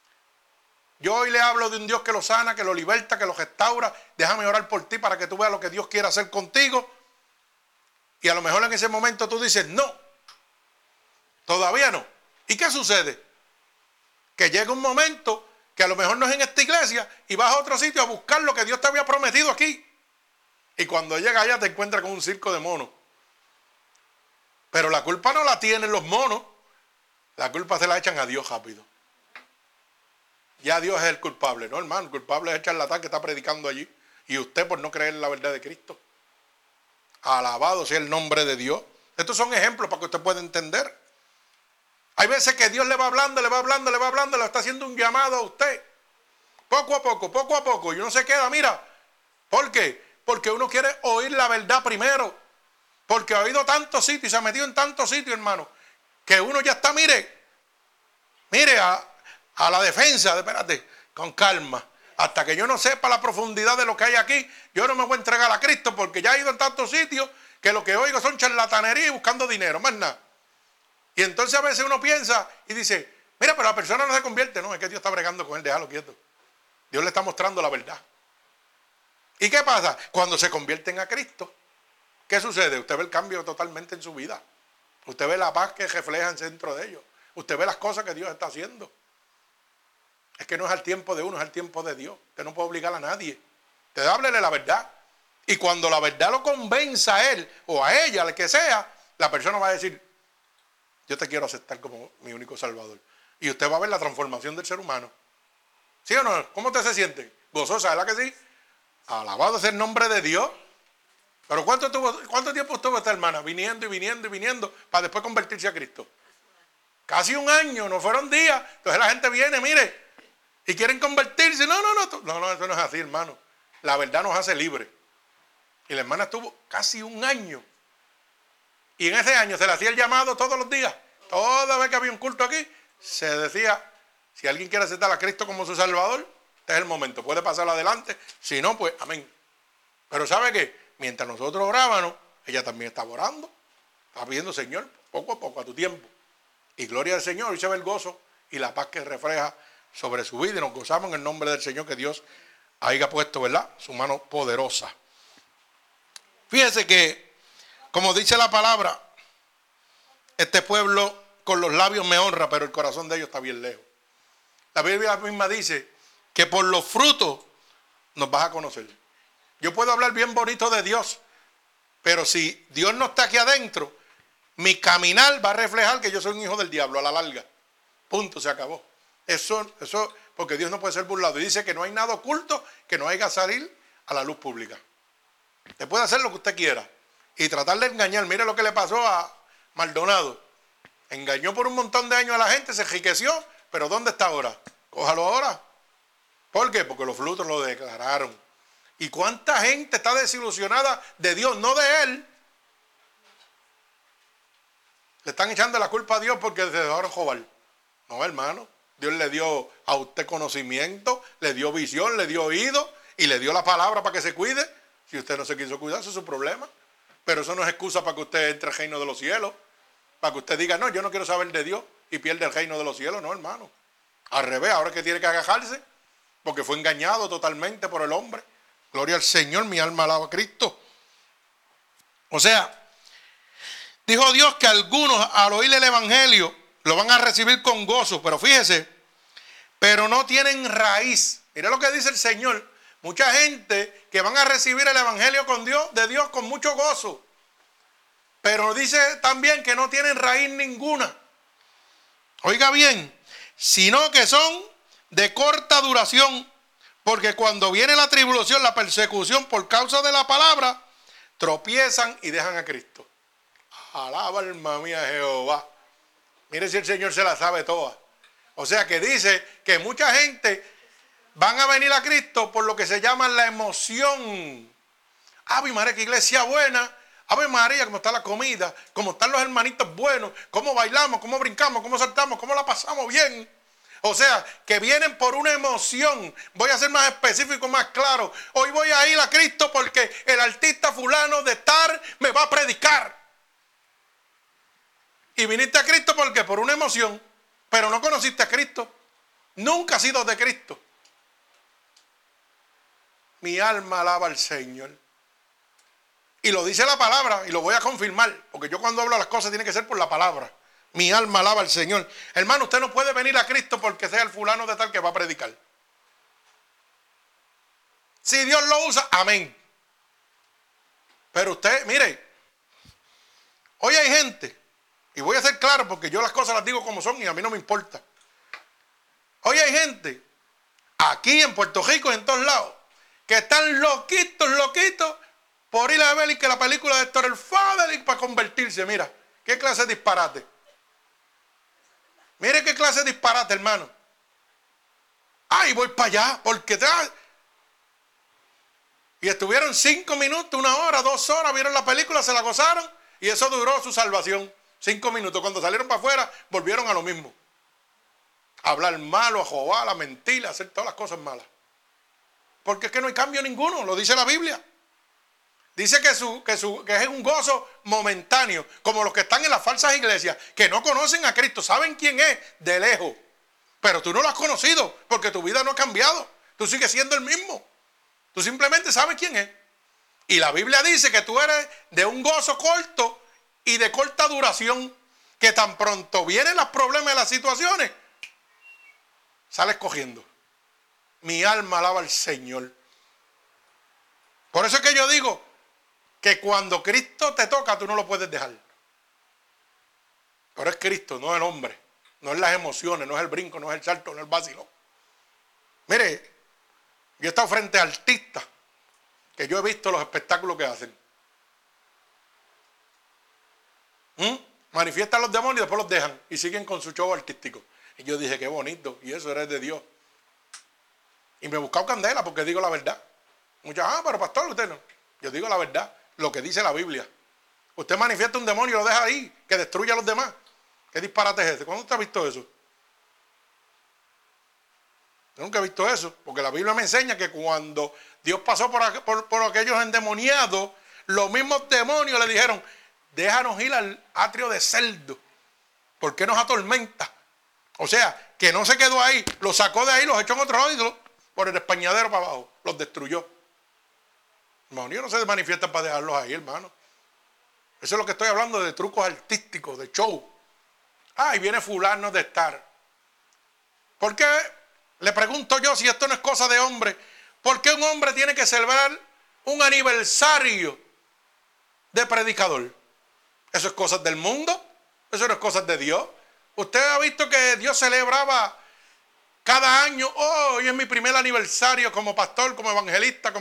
Yo hoy le hablo de un Dios que lo sana, que lo liberta, que lo restaura. Déjame orar por ti para que tú veas lo que Dios quiere hacer contigo. Y a lo mejor en ese momento tú dices, no, todavía no. ¿Y qué sucede? Que llega un momento que a lo mejor no es en esta iglesia y vas a otro sitio a buscar lo que Dios te había prometido aquí. Y cuando llega allá te encuentras con un circo de monos. Pero la culpa no la tienen los monos. La culpa se la echan a Dios rápido. Ya Dios es el culpable, ¿no, hermano? El culpable es el charlatán que está predicando allí. Y usted por no creer en la verdad de Cristo. Alabado sea el nombre de Dios. Estos son ejemplos para que usted pueda entender. Hay veces que Dios le va hablando, le está haciendo un llamado a usted. Poco a poco. Y uno se queda, mira. ¿Por qué? Porque uno quiere oír la verdad primero. Porque ha oído tantos sitios y se ha metido en tantos sitios, hermano, que uno ya está, mire a la defensa, espérate, con calma. Hasta que yo no sepa la profundidad de lo que hay aquí, yo no me voy a entregar a Cristo porque ya he ido en tantos sitios que lo que oigo son charlatanería y buscando dinero, más nada. Y entonces a veces uno piensa y dice, mira, pero la persona no se convierte. No, es que Dios está bregando con él, déjalo quieto. Dios le está mostrando la verdad. ¿Y qué pasa? Cuando se convierten a Cristo, ¿qué sucede? Usted ve el cambio totalmente en su vida. Usted ve la paz que refleja en dentro de ellos. Usted ve las cosas que Dios está haciendo. Es que no es al tiempo de uno, es al tiempo de Dios. Usted no puede obligar a nadie. Usted háblele la verdad. Y cuando la verdad lo convenza a él o a ella, al que sea, la persona va a decir, yo te quiero aceptar como mi único salvador. Y usted va a ver la transformación del ser humano. ¿Sí o no? ¿Cómo usted se siente? ¿Gozosa? ¿Verdad que sí? Alabado sea el nombre de Dios. Pero ¿cuánto tiempo estuvo esta hermana? Viniendo para después convertirse a Cristo. Casi un año, no fueron días. Entonces la gente viene, mire, y quieren convertirse. No, eso no es así, hermano. La verdad nos hace libres. Y la hermana estuvo casi un año. Y en ese año se le hacía el llamado todos los días. Toda vez que había un culto aquí, se decía, si alguien quiere aceptar a Cristo como su Salvador, este es el momento. Puede pasar adelante. Si no, pues amén. Pero ¿sabe qué? Mientras nosotros orábamos, ella también estaba orando. Estaba pidiendo, Señor, poco a poco, a tu tiempo. Y gloria al Señor, y se ve el gozo y la paz que refleja sobre su vida. Y nos gozamos en el nombre del Señor que Dios haya puesto, ¿verdad? Su mano poderosa. Fíjese que Como dice la palabra, este pueblo con los labios me honra, pero el corazón de ellos está bien lejos. La Biblia misma dice que por los frutos nos vas a conocer. Yo puedo hablar bien bonito de Dios, pero si Dios no está aquí adentro, mi caminar va a reflejar que yo soy un hijo del diablo a la larga. Punto, se acabó. Eso, porque Dios no puede ser burlado. Y dice que no hay nada oculto que no haya que salir a la luz pública. Usted puede hacer lo que usted quiera y tratar de engañar. Mire lo que le pasó a Maldonado. Engañó por un montón de años a la gente, se enriqueció, pero ¿dónde está ahora? Cójalo ahora. ¿Por qué? Porque los frutos lo declararon. ¿Y cuánta gente está desilusionada de Dios, no de Él? Le están echando la culpa a Dios porque se dejaron jobar. No, hermano. Dios le dio a usted conocimiento, le dio visión, le dio oído y le dio la palabra para que se cuide. Si usted no se quiso cuidar, eso es su problema. Pero eso no es excusa para que usted entre al reino de los cielos. Para que usted diga, no, yo no quiero saber de Dios y pierde el reino de los cielos. No, hermano. Al revés, ahora es que tiene que agajarse porque fue engañado totalmente por el hombre. Gloria al Señor, mi alma alaba a Cristo. O sea, dijo Dios que algunos al oír el evangelio lo van a recibir con gozo, pero fíjese, pero no tienen raíz. Mira lo que dice el Señor. Mucha gente que van a recibir el evangelio de Dios con mucho gozo, pero dice también que no tienen raíz ninguna. Oiga bien, sino que son de corta duración, porque cuando viene la tribulación, la persecución por causa de la palabra, tropiezan y dejan a Cristo. Alaba alma mía Jehová. Mire si el Señor se la sabe toda. O sea que dice que mucha gente van a venir a Cristo por lo que se llama la emoción. Ave María, qué iglesia buena. Ave María, cómo está la comida, cómo están los hermanitos buenos, cómo bailamos, cómo brincamos, cómo saltamos, cómo la pasamos bien. O sea, que vienen por una emoción. Voy a ser más específico, más claro. Hoy voy a ir a Cristo porque el artista fulano de tal me va a predicar. Y viniste a Cristo porque por una emoción, pero no conociste a Cristo. Nunca has sido de Cristo. Mi alma alaba al Señor. Y lo dice la palabra y lo voy a confirmar, porque yo cuando hablo las cosas tiene que ser por la palabra. Mi alma alaba al Señor. Hermano, usted no puede venir a Cristo porque sea el fulano de tal que va a predicar. Si Dios lo usa, amén. Pero usted, mire, hoy hay gente, y voy a ser claro porque yo las cosas las digo como son y a mí no me importa. Hoy hay gente, aquí en Puerto Rico y en todos lados, que están loquitos, por ir a ver y que la película de Héctor el Father para convertirse. Mira, qué clase de disparate. Mire qué clase de disparate, hermano. Ay, voy para allá, porque y estuvieron 5 minutos, 1 hora, 2 horas, vieron la película, se la gozaron, y eso duró su salvación. 5 minutos. Cuando salieron para afuera, volvieron a lo mismo. A hablar malo, a jobar, a mentir, a hacer todas las cosas malas. Porque es que no hay cambio ninguno, lo dice la Biblia. Dice que es un gozo momentáneo, como los que están en las falsas iglesias, que no conocen a Cristo, saben quién es de lejos. Pero tú no lo has conocido, porque tu vida no ha cambiado. Tú sigues siendo el mismo. Tú simplemente sabes quién es. Y la Biblia dice que tú eres de un gozo corto y de corta duración, que tan pronto vienen los problemas y las situaciones, sales cogiendo. Mi alma alaba al Señor. Por eso es que yo digo que cuando Cristo te toca, tú no lo puedes dejar. Pero es Cristo, no el hombre. No es las emociones, no es el brinco, no es el salto, no es el vacilo. Mire, yo he estado frente a artistas que yo he visto los espectáculos que hacen. Manifiestan los demonios y después los dejan y siguen con su show artístico. Y yo dije, qué bonito, y eso era de Dios. Y me he buscado candela porque digo la verdad. Muchas, pero pastor, usted no. Yo digo la verdad, lo que dice la Biblia. Usted manifiesta un demonio y lo deja ahí, que destruya a los demás. ¿Qué disparate es ese? ¿Cuándo usted ha visto eso? Yo nunca he visto eso, porque la Biblia me enseña que cuando Dios pasó por aquellos endemoniados, los mismos demonios le dijeron, déjanos ir al atrio de cerdo, ¿por qué nos atormenta? O sea, que no se quedó ahí, los sacó de ahí, los echó en otro ídolo, por el españadero para abajo, los destruyó. Los demonios no se manifiestan para dejarlos ahí, hermano. Eso es lo que estoy hablando, de trucos artísticos, de show. Y viene fulano de estar. ¿Por qué? Le pregunto yo, si esto no es cosa de hombre, ¿por qué un hombre tiene que celebrar un aniversario de predicador? Eso es cosas del mundo, eso no es cosas de Dios. Usted ha visto que Dios celebraba cada año, hoy es mi primer aniversario como pastor, como evangelista,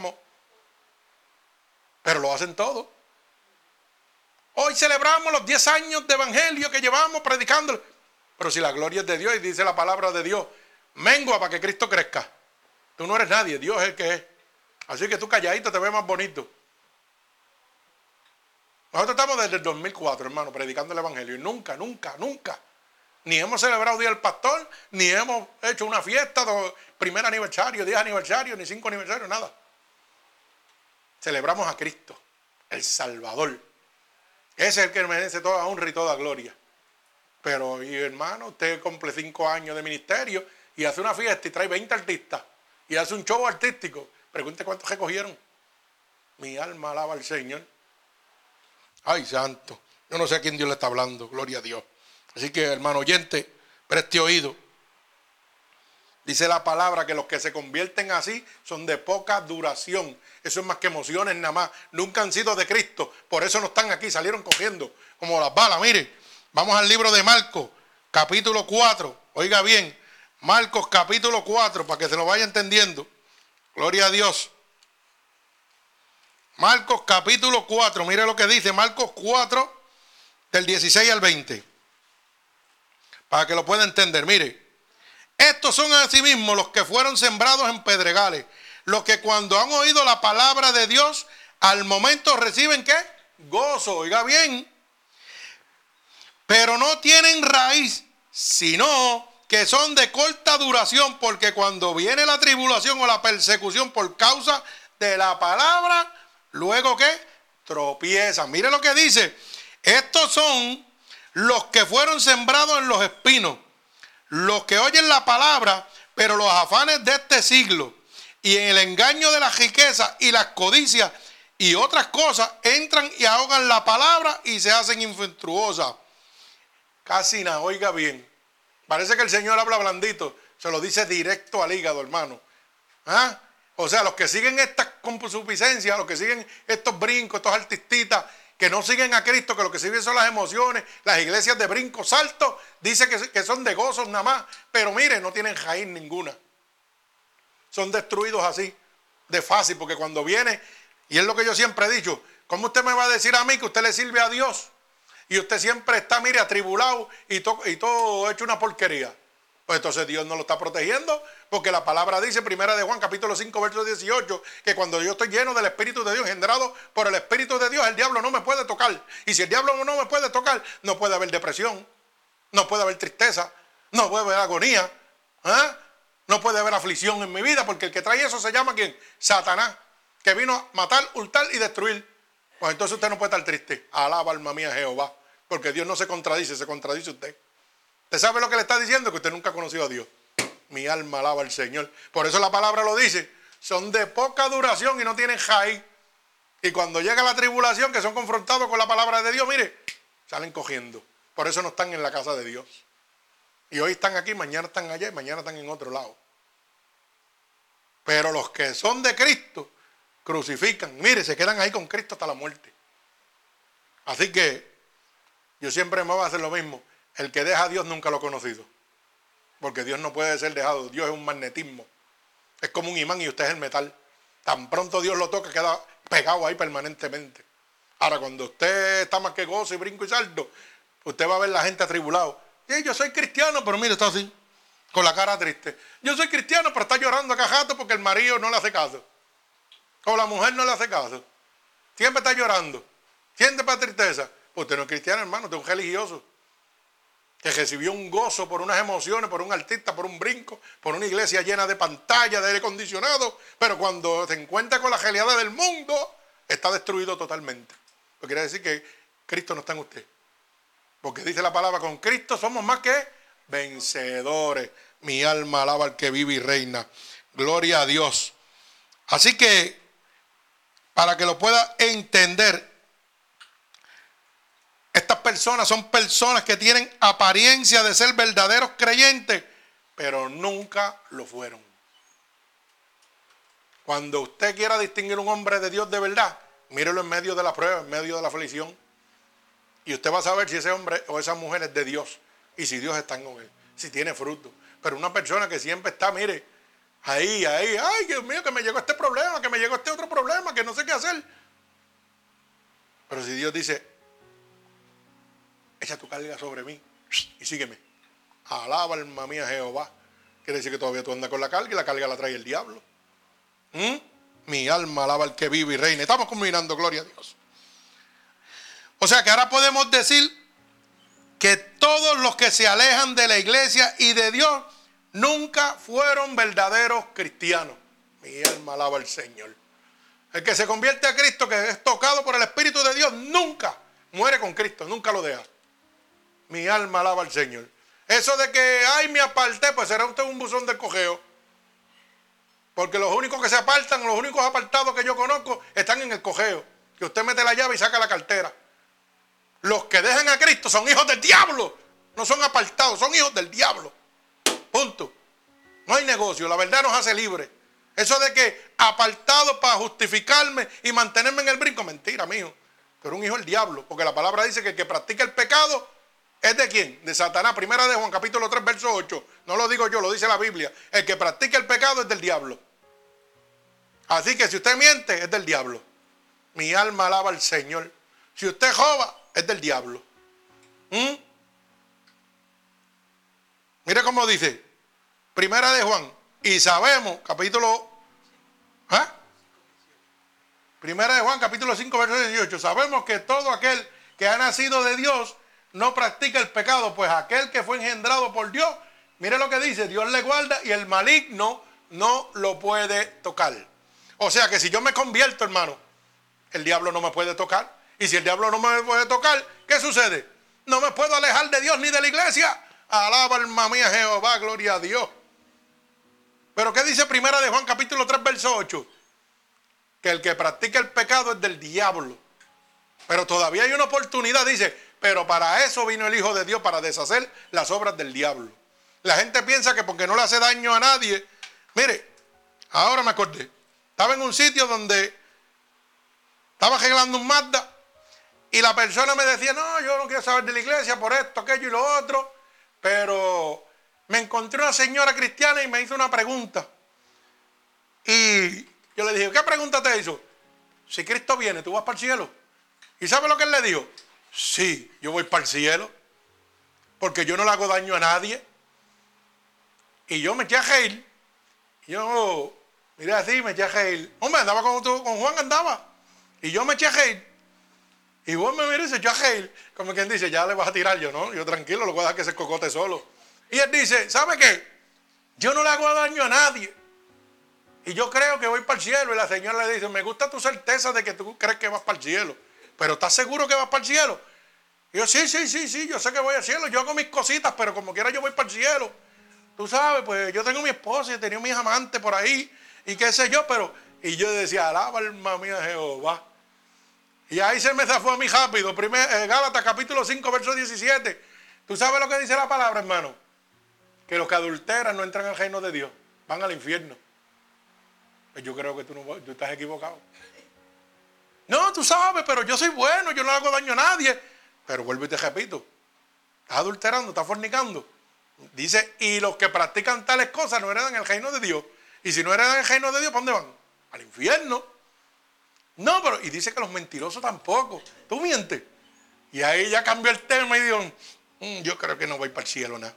pero lo hacen todo. Hoy celebramos los 10 años de evangelio que llevamos predicando. Pero si la gloria es de Dios y dice la palabra de Dios, mengua para que Cristo crezca. Tú no eres nadie, Dios es el que es. Así que tú calladito te ves más bonito. Nosotros estamos desde el 2004, hermano, predicando el evangelio. Y nunca, ni hemos celebrado Día del Pastor, ni hemos hecho una fiesta, primer aniversario, 10 aniversario, ni 5 aniversarios, nada. Celebramos a Cristo, el Salvador. Ese es el que merece toda honra y toda gloria. Pero, y hermano, usted cumple 5 años de ministerio y hace una fiesta y trae 20 artistas y hace un show artístico. Pregunte cuántos recogieron. Mi alma alaba al Señor. Ay, santo. Yo no sé a quién Dios le está hablando. Gloria a Dios. Así que, hermano oyente, preste oído. Dice la palabra que los que se convierten así son de poca duración. Eso es más que emociones nada más. Nunca han sido de Cristo. Por eso no están aquí. Salieron cogiendo como las balas. Mire, vamos al libro de Marcos, capítulo 4. Oiga bien, Marcos capítulo 4, para que se lo vaya entendiendo. Gloria a Dios. Marcos capítulo 4. Mire lo que dice Marcos 4, del 16 al 20. Para que lo pueda entender. Mire. Estos son asimismo los que fueron sembrados en pedregales, los que cuando han oído la palabra de Dios, al momento reciben ¿qué? Gozo, oiga bien. Pero no tienen raíz, sino que son de corta duración, porque cuando viene la tribulación o la persecución por causa de la palabra, luego ¿qué? Tropiezan. Mire lo que dice. Estos son los que fueron sembrados en los espinos. Los que oyen la palabra, pero los afanes de este siglo y en el engaño de las riquezas y las codicias y otras cosas entran y ahogan la palabra y se hacen infructuosas. Casi nada, oiga bien. Parece que el Señor habla blandito, se lo dice directo al hígado, hermano. O sea, los que siguen estas concupiscencias, los que siguen estos brincos, estos artistitas, que no siguen a Cristo, que lo que siguen son las emociones, las iglesias de brinco, salto, dice que son de gozos nada más, pero mire, no tienen raíz ninguna. Son destruidos así, de fácil, porque cuando viene, y es lo que yo siempre he dicho, ¿cómo usted me va a decir a mí que usted le sirve a Dios? Y usted siempre está, mire, atribulado y todo hecho una porquería. Pues entonces Dios no lo está protegiendo, porque la palabra dice, primera de Juan, capítulo 5, verso 18, que cuando yo estoy lleno del Espíritu de Dios, engendrado por el Espíritu de Dios, el diablo no me puede tocar. Y si el diablo no me puede tocar, no puede haber depresión, no puede haber tristeza, no puede haber agonía, no puede haber aflicción en mi vida, porque el que trae eso se llama ¿quién? Satanás, que vino a matar, hurtar y destruir. Pues entonces usted no puede estar triste. Alaba alma mía Jehová, porque Dios no se contradice usted. ¿Usted sabe lo que le está diciendo? Que usted nunca ha conocido a Dios. Mi alma alaba al Señor. Por eso la palabra lo dice. Son de poca duración y no tienen raíz. Y cuando llega la tribulación, que son confrontados con la palabra de Dios, mire, salen cogiendo. Por eso no están en la casa de Dios. Y hoy están aquí, mañana están allá y mañana están en otro lado. Pero los que son de Cristo, crucifican. Mire, se quedan ahí con Cristo hasta la muerte. Así que yo siempre me voy a hacer lo mismo. El que deja a Dios nunca lo ha conocido. Porque Dios no puede ser dejado. Dios es un magnetismo. Es como un imán y usted es el metal. Tan pronto Dios lo toca, queda pegado ahí permanentemente. Ahora, cuando usted está más que gozo y brinco y salto, usted va a ver la gente atribulado. Sí, yo soy cristiano, pero mire, está así, con la cara triste. Yo soy cristiano, pero está llorando a cajato porque el marido no le hace caso. O la mujer no le hace caso. Siempre está llorando. Siente para tristeza. Pues usted no es cristiano, hermano, usted es un religioso. Que recibió un gozo por unas emociones, por un artista, por un brinco, por una iglesia llena de pantallas, de aire acondicionado, pero cuando se encuentra con la realidad del mundo, está destruido totalmente. Lo que quiere decir que Cristo no está en usted. Porque dice la palabra, con Cristo somos más que vencedores. Mi alma alaba al que vive y reina. Gloria a Dios. Así que, para que lo pueda entender, personas son personas que tienen apariencia de ser verdaderos creyentes, pero nunca lo fueron. Cuando usted quiera distinguir un hombre de Dios de verdad, mírelo en medio de la prueba, en medio de la aflicción. Y usted va a saber si ese hombre o esa mujer es de Dios. Y si Dios está con él, si tiene fruto. Pero una persona que siempre está, mire, ahí, ay, Dios mío, que me llegó este problema, que me llegó este otro problema, que no sé qué hacer. Pero si Dios dice, echa tu carga sobre mí y sígueme. Alaba, alma mía, Jehová. Quiere decir que todavía tú andas con la carga y la carga la trae el diablo. Mi alma alaba al que vive y reina. Estamos combinando, gloria a Dios. O sea que ahora podemos decir que todos los que se alejan de la iglesia y de Dios nunca fueron verdaderos cristianos. Mi alma alaba al Señor. El que se convierte a Cristo, que es tocado por el Espíritu de Dios, nunca muere con Cristo, nunca lo deja. Mi alma alaba al Señor. Eso de que, ay, me aparté, pues será usted un buzón del cojeo. Porque los únicos que se apartan, los únicos apartados que yo conozco, están en el cojeo. Que usted mete la llave y saca la cartera. Los que dejan a Cristo son hijos del diablo. No son apartados, son hijos del diablo. Punto. No hay negocio, la verdad nos hace libres. Eso de que apartado para justificarme y mantenerme en el brinco, mentira, mijo. Pero un hijo del diablo, porque la palabra dice que el que practica el pecado es de quién, de Satanás. Primera de Juan, capítulo 3, verso 8. No lo digo yo, lo dice la Biblia. El que practica el pecado es del diablo. Así que si usted miente, es del diablo. Mi alma alaba al Señor. Si usted roba, es del diablo. Mire cómo dice, Primera de Juan, y sabemos, Primera de Juan, capítulo 5, verso 18, sabemos que todo aquel que ha nacido de Dios no practica el pecado, pues aquel que fue engendrado por Dios, mire lo que dice, Dios le guarda y el maligno no lo puede tocar. O sea que si yo me convierto, hermano, el diablo no me puede tocar. Y si el diablo no me puede tocar, ¿qué sucede? No me puedo alejar de Dios ni de la iglesia. Alaba, alma mía, Jehová, gloria a Dios. Pero ¿qué dice Primera de Juan, capítulo 3, verso 8? Que el que practica el pecado es del diablo. Pero todavía hay una oportunidad, dice, pero para eso vino el Hijo de Dios, para deshacer las obras del diablo. La gente piensa que porque no le hace daño a nadie. Mire, ahora me acordé. Estaba en un sitio donde estaba arreglando un Mazda y la persona me decía, no, yo no quiero saber de la iglesia por esto, aquello y lo otro. Pero me encontré una señora cristiana y me hizo una pregunta. Y yo le dije, ¿qué pregunta te hizo? Si Cristo viene, ¿tú vas para el cielo? ¿Y sabe lo que él le dijo? Sí, yo voy para el cielo. Porque yo no le hago daño a nadie. Y yo me eché a reír. Yo, miré así, me eché a reír. Hombre, andaba con Juan, andaba. Y yo me eché a reír. Y vos me miré y se echó a reír. Como quien dice, ya le vas a tirar. Yo no, yo tranquilo, lo voy a dejar que se cocote solo. Y él dice, ¿sabe qué? Yo no le hago daño a nadie. Y yo creo que voy para el cielo. Y la señora le dice, me gusta tu certeza de que tú crees que vas para el cielo. Pero ¿estás seguro que vas para el cielo? Y yo, sí, yo sé que voy al cielo. Yo hago mis cositas, pero como quiera yo voy para el cielo. Tú sabes, pues yo tengo mi esposa y he tenido mis amantes por ahí. Y qué sé yo, pero... Y yo decía, alaba, alma mía, Jehová. Y ahí se me zafó a mí rápido. Gálatas capítulo 5, verso 17. ¿Tú sabes lo que dice la palabra, hermano? Que los que adulteran no entran al reino de Dios. Van al infierno. Pues yo creo que tú estás equivocado. No, tú sabes, pero yo soy bueno. Yo no le hago daño a nadie. Pero vuelvo y te repito. Estás adulterando, estás fornicando. Dice, y los que practican tales cosas no heredan el reino de Dios. Y si no heredan el reino de Dios, ¿para dónde van? Al infierno. No, pero, y dice que los mentirosos tampoco. Tú mientes. Y ahí ya cambió el tema y dijo, yo creo que no voy para el cielo, nada.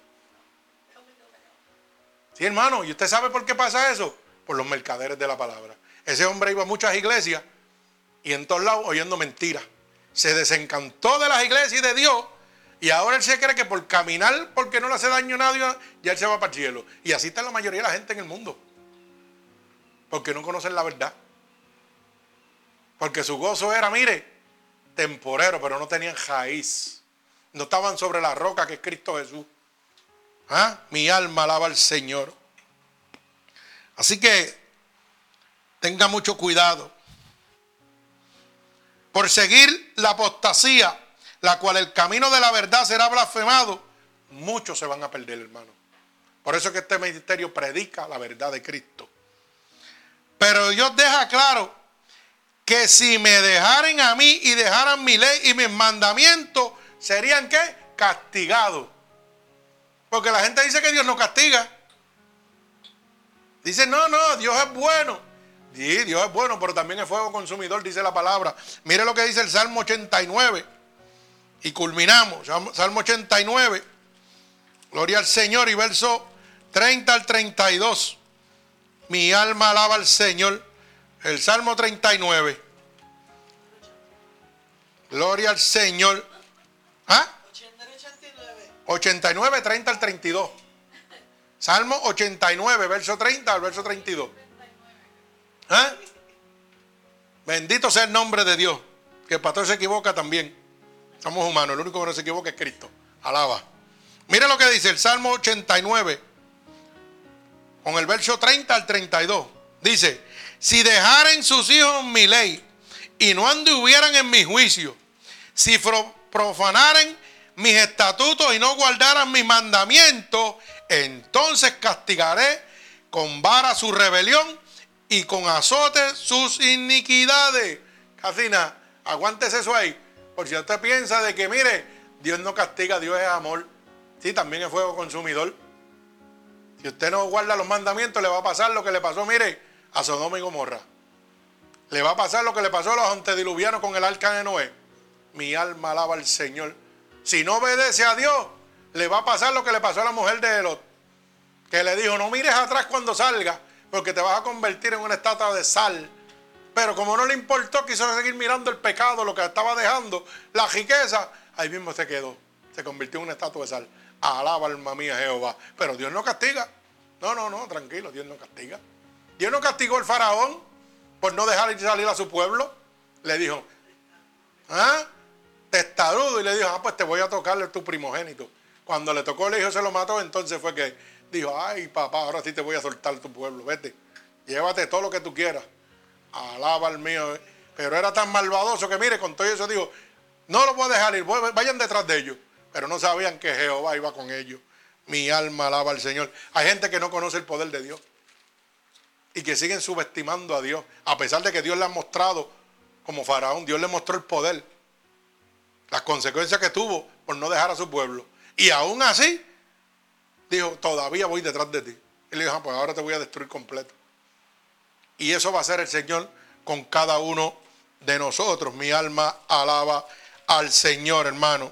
Sí, hermano, ¿y usted sabe por qué pasa eso? Por los mercaderes de la palabra. Ese hombre iba a muchas iglesias y en todos lados oyendo mentiras. Se desencantó de las iglesias y de Dios y ahora él se cree que por caminar, porque no le hace daño a nadie, ya él se va para el cielo. Y así está la mayoría de la gente en el mundo. Porque no conocen la verdad. Porque su gozo era, mire, temporero, pero no tenían raíz. No estaban sobre la roca que es Cristo Jesús. ¿Ah? Mi alma alaba al Señor. Así que tenga mucho cuidado. Por seguir la apostasía, la cual el camino de la verdad será blasfemado, muchos se van a perder, hermano. Por eso es que este ministerio predica la verdad de Cristo. Pero Dios deja claro que si me dejaren a mí y dejaran mi ley y mis mandamientos, serían ¿qué? Castigados. Porque la gente dice que Dios no castiga. Dice, no, Dios es bueno. Sí, Dios es bueno, pero también es fuego consumidor, dice la palabra. Mire lo que dice el Salmo 89. Y culminamos. Salmo 89. Gloria al Señor. Y verso 30 al 32. Mi alma alaba al Señor. El Salmo 39. Gloria al Señor. ¿Ah? 89, 30 al 32. Salmo 89, verso 30 al verso 32. ¿Ah? Bendito sea el nombre de Dios. Que el pastor se equivoca también. Somos humanos, el único que no se equivoca es Cristo. Alaba. Mire lo que dice el Salmo 89, con el verso 30 al 32. Dice, si dejaren sus hijos mi ley y no anduvieran en mi juicio, si profanaren mis estatutos y no guardaran mis mandamientos, entonces castigaré con vara su rebelión y con azote sus iniquidades. Casina, aguántese eso ahí. Por si usted piensa de que, mire, Dios no castiga, Dios es amor. Sí, también es fuego consumidor. Si usted no guarda los mandamientos, le va a pasar lo que le pasó, mire, a Sodoma y Gomorra. Le va a pasar lo que le pasó a los antediluvianos con el arca de Noé. Mi alma alaba al Señor. Si no obedece a Dios, le va a pasar lo que le pasó a la mujer de Lot, que le dijo, no mires atrás cuando salgas, porque te vas a convertir en una estatua de sal. Pero como no le importó, quiso seguir mirando el pecado, lo que estaba dejando, la riqueza, ahí mismo se quedó. Se convirtió en una estatua de sal. Alaba alma mía Jehová. Pero Dios no castiga. No, tranquilo, Dios no castiga. Dios no castigó al faraón por no dejar salir a su pueblo. Le dijo, testarudo, y le dijo, pues te voy a tocarle tu primogénito. Cuando le tocó el hijo se lo mató, entonces fue que dijo, ay papá, ahora sí te voy a soltar tu pueblo, vete, llévate todo lo que tú quieras. Alaba al mío. Pero era tan malvadoso que mire, con todo eso dijo, no lo voy a dejar ir, vayan detrás de ellos. Pero no sabían que Jehová iba con ellos. Mi alma alaba al Señor. Hay gente que no conoce el poder de Dios y que siguen subestimando a Dios, a pesar de que Dios le ha mostrado, como Faraón, Dios le mostró el poder, las consecuencias que tuvo por no dejar a su pueblo. Y aún así, dijo, todavía voy detrás de ti. Y le dijo, pues ahora te voy a destruir completo. Y eso va a ser el Señor con cada uno de nosotros. Mi alma alaba al Señor, hermano.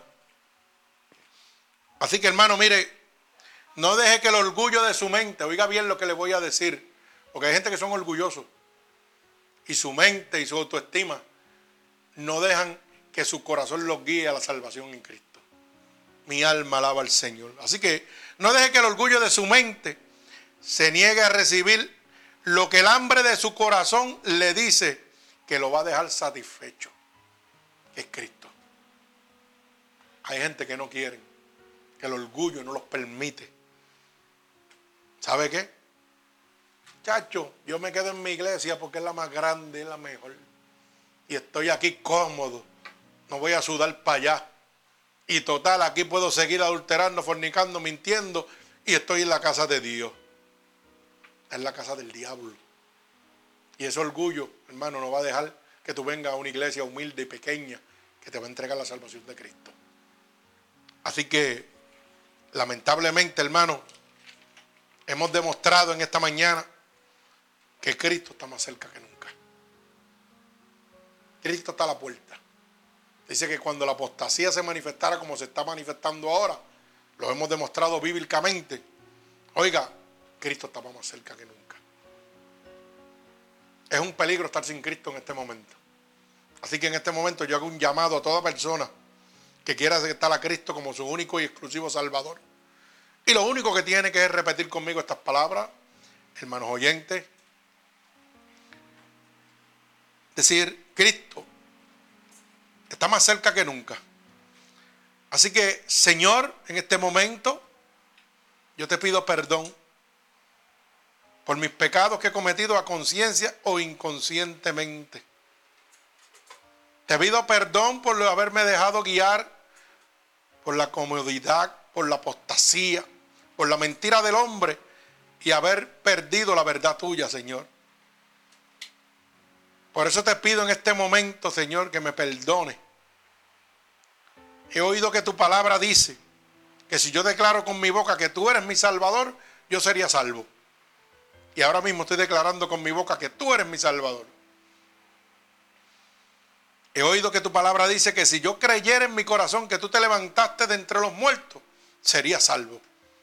Así que, hermano, mire, no deje que el orgullo de su mente, oiga bien lo que le voy a decir, porque hay gente que son orgullosos y su mente y su autoestima no dejan que su corazón los guíe a la salvación en Cristo. Mi alma alaba al Señor. Así que no deje que el orgullo de su mente se niegue a recibir lo que el hambre de su corazón le dice que lo va a dejar satisfecho, que es Cristo. Hay gente que no quiere, que el orgullo no los permite. ¿Sabe qué? Chacho, yo me quedo en mi iglesia porque es la más grande, es la mejor. Y estoy aquí cómodo. No voy a sudar para allá. Y total, aquí puedo seguir adulterando, fornicando, mintiendo. Y estoy en la casa de Dios. Es la casa del diablo. Y ese orgullo, hermano, no va a dejar que tú vengas a una iglesia humilde y pequeña que te va a entregar la salvación de Cristo. Así que, lamentablemente, hermano, hemos demostrado en esta mañana que Cristo está más cerca que nunca. Cristo está a la puerta. Dice que cuando la apostasía se manifestara como se está manifestando ahora, lo hemos demostrado bíblicamente. Oiga, Cristo está más cerca que nunca. Es un peligro estar sin Cristo en este momento. Así que en este momento yo hago un llamado a toda persona que quiera aceptar a Cristo como su único y exclusivo Salvador. Y lo único que tiene que es repetir conmigo estas palabras, hermanos oyentes. Decir, Cristo está más cerca que nunca. Así que, Señor, en este momento, yo te pido perdón por mis pecados que he cometido a conciencia o inconscientemente. Te pido perdón por haberme dejado guiar por la comodidad, por la apostasía, por la mentira del hombre y haber perdido la verdad tuya, Señor. Por eso te pido en este momento, Señor, que me perdone. He oído que tu palabra dice que si yo declaro con mi boca que tú eres mi Salvador, yo sería salvo. Y ahora mismo estoy declarando con mi boca que tú eres mi Salvador. He oído que tu palabra dice que si yo creyera en mi corazón que tú te levantaste de entre los muertos, sería salvo.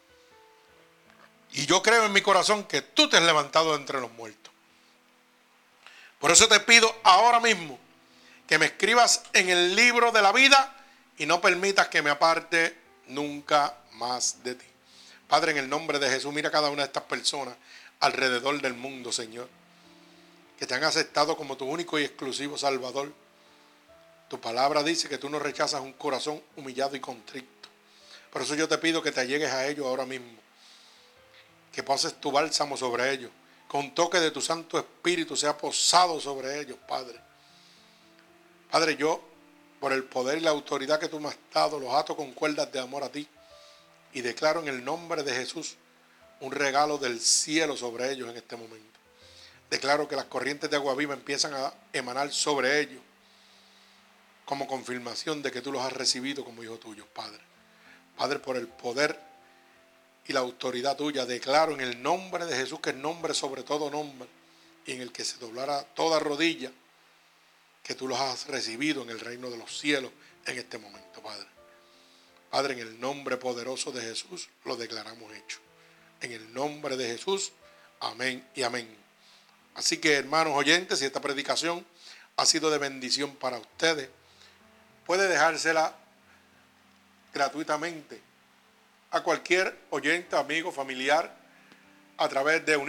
Y yo creo en mi corazón que tú te has levantado de entre los muertos. Por eso te pido ahora mismo que me escribas en el libro de la vida y no permitas que me aparte nunca más de ti. Padre, en el nombre de Jesús, mira a cada una de estas personas alrededor del mundo, Señor, que te han aceptado como tu único y exclusivo Salvador. Tu palabra dice que tú no rechazas un corazón humillado y contrito. Por eso yo te pido que te allegues a ellos ahora mismo, que pases tu bálsamo sobre ellos, con toque de tu Santo Espíritu sea posado sobre ellos, Padre. Padre, yo, por el poder y la autoridad que tú me has dado, los ato con cuerdas de amor a ti y declaro en el nombre de Jesús un regalo del cielo sobre ellos en este momento. Declaro que las corrientes de agua viva empiezan a emanar sobre ellos como confirmación de que tú los has recibido como hijos tuyos, Padre. Padre, por el poder y la autoridad tuya, declaro en el nombre de Jesús, que es nombre sobre todo nombre, y en el que se doblara toda rodilla, que tú los has recibido en el reino de los cielos en este momento, Padre. Padre, en el nombre poderoso de Jesús, lo declaramos hecho. En el nombre de Jesús, amén y amén. Así que, hermanos oyentes, si esta predicación ha sido de bendición para ustedes, puede dejársela gratuitamente a cualquier oyente, amigo, familiar, a través de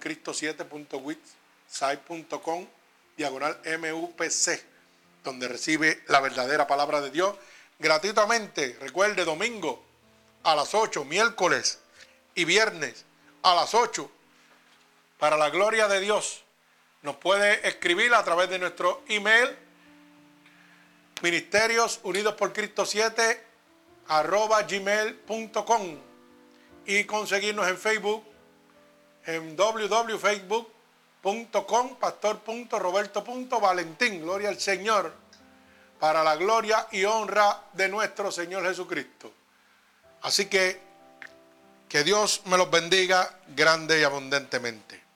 unidosporcristo7.wixsite.com/MUPC, donde recibe la verdadera palabra de Dios gratuitamente. Recuerde, domingo a las 8, miércoles y viernes a las 8, para la gloria de Dios. Nos puede escribir a través de nuestro email, ministeriosunidosporcristo7@gmail.com, y conseguirnos en Facebook en www.facebook.com pastor.roberto.valentín. Gloria al Señor, para la gloria y honra de nuestro Señor Jesucristo. Así que Dios me los bendiga grande y abundantemente.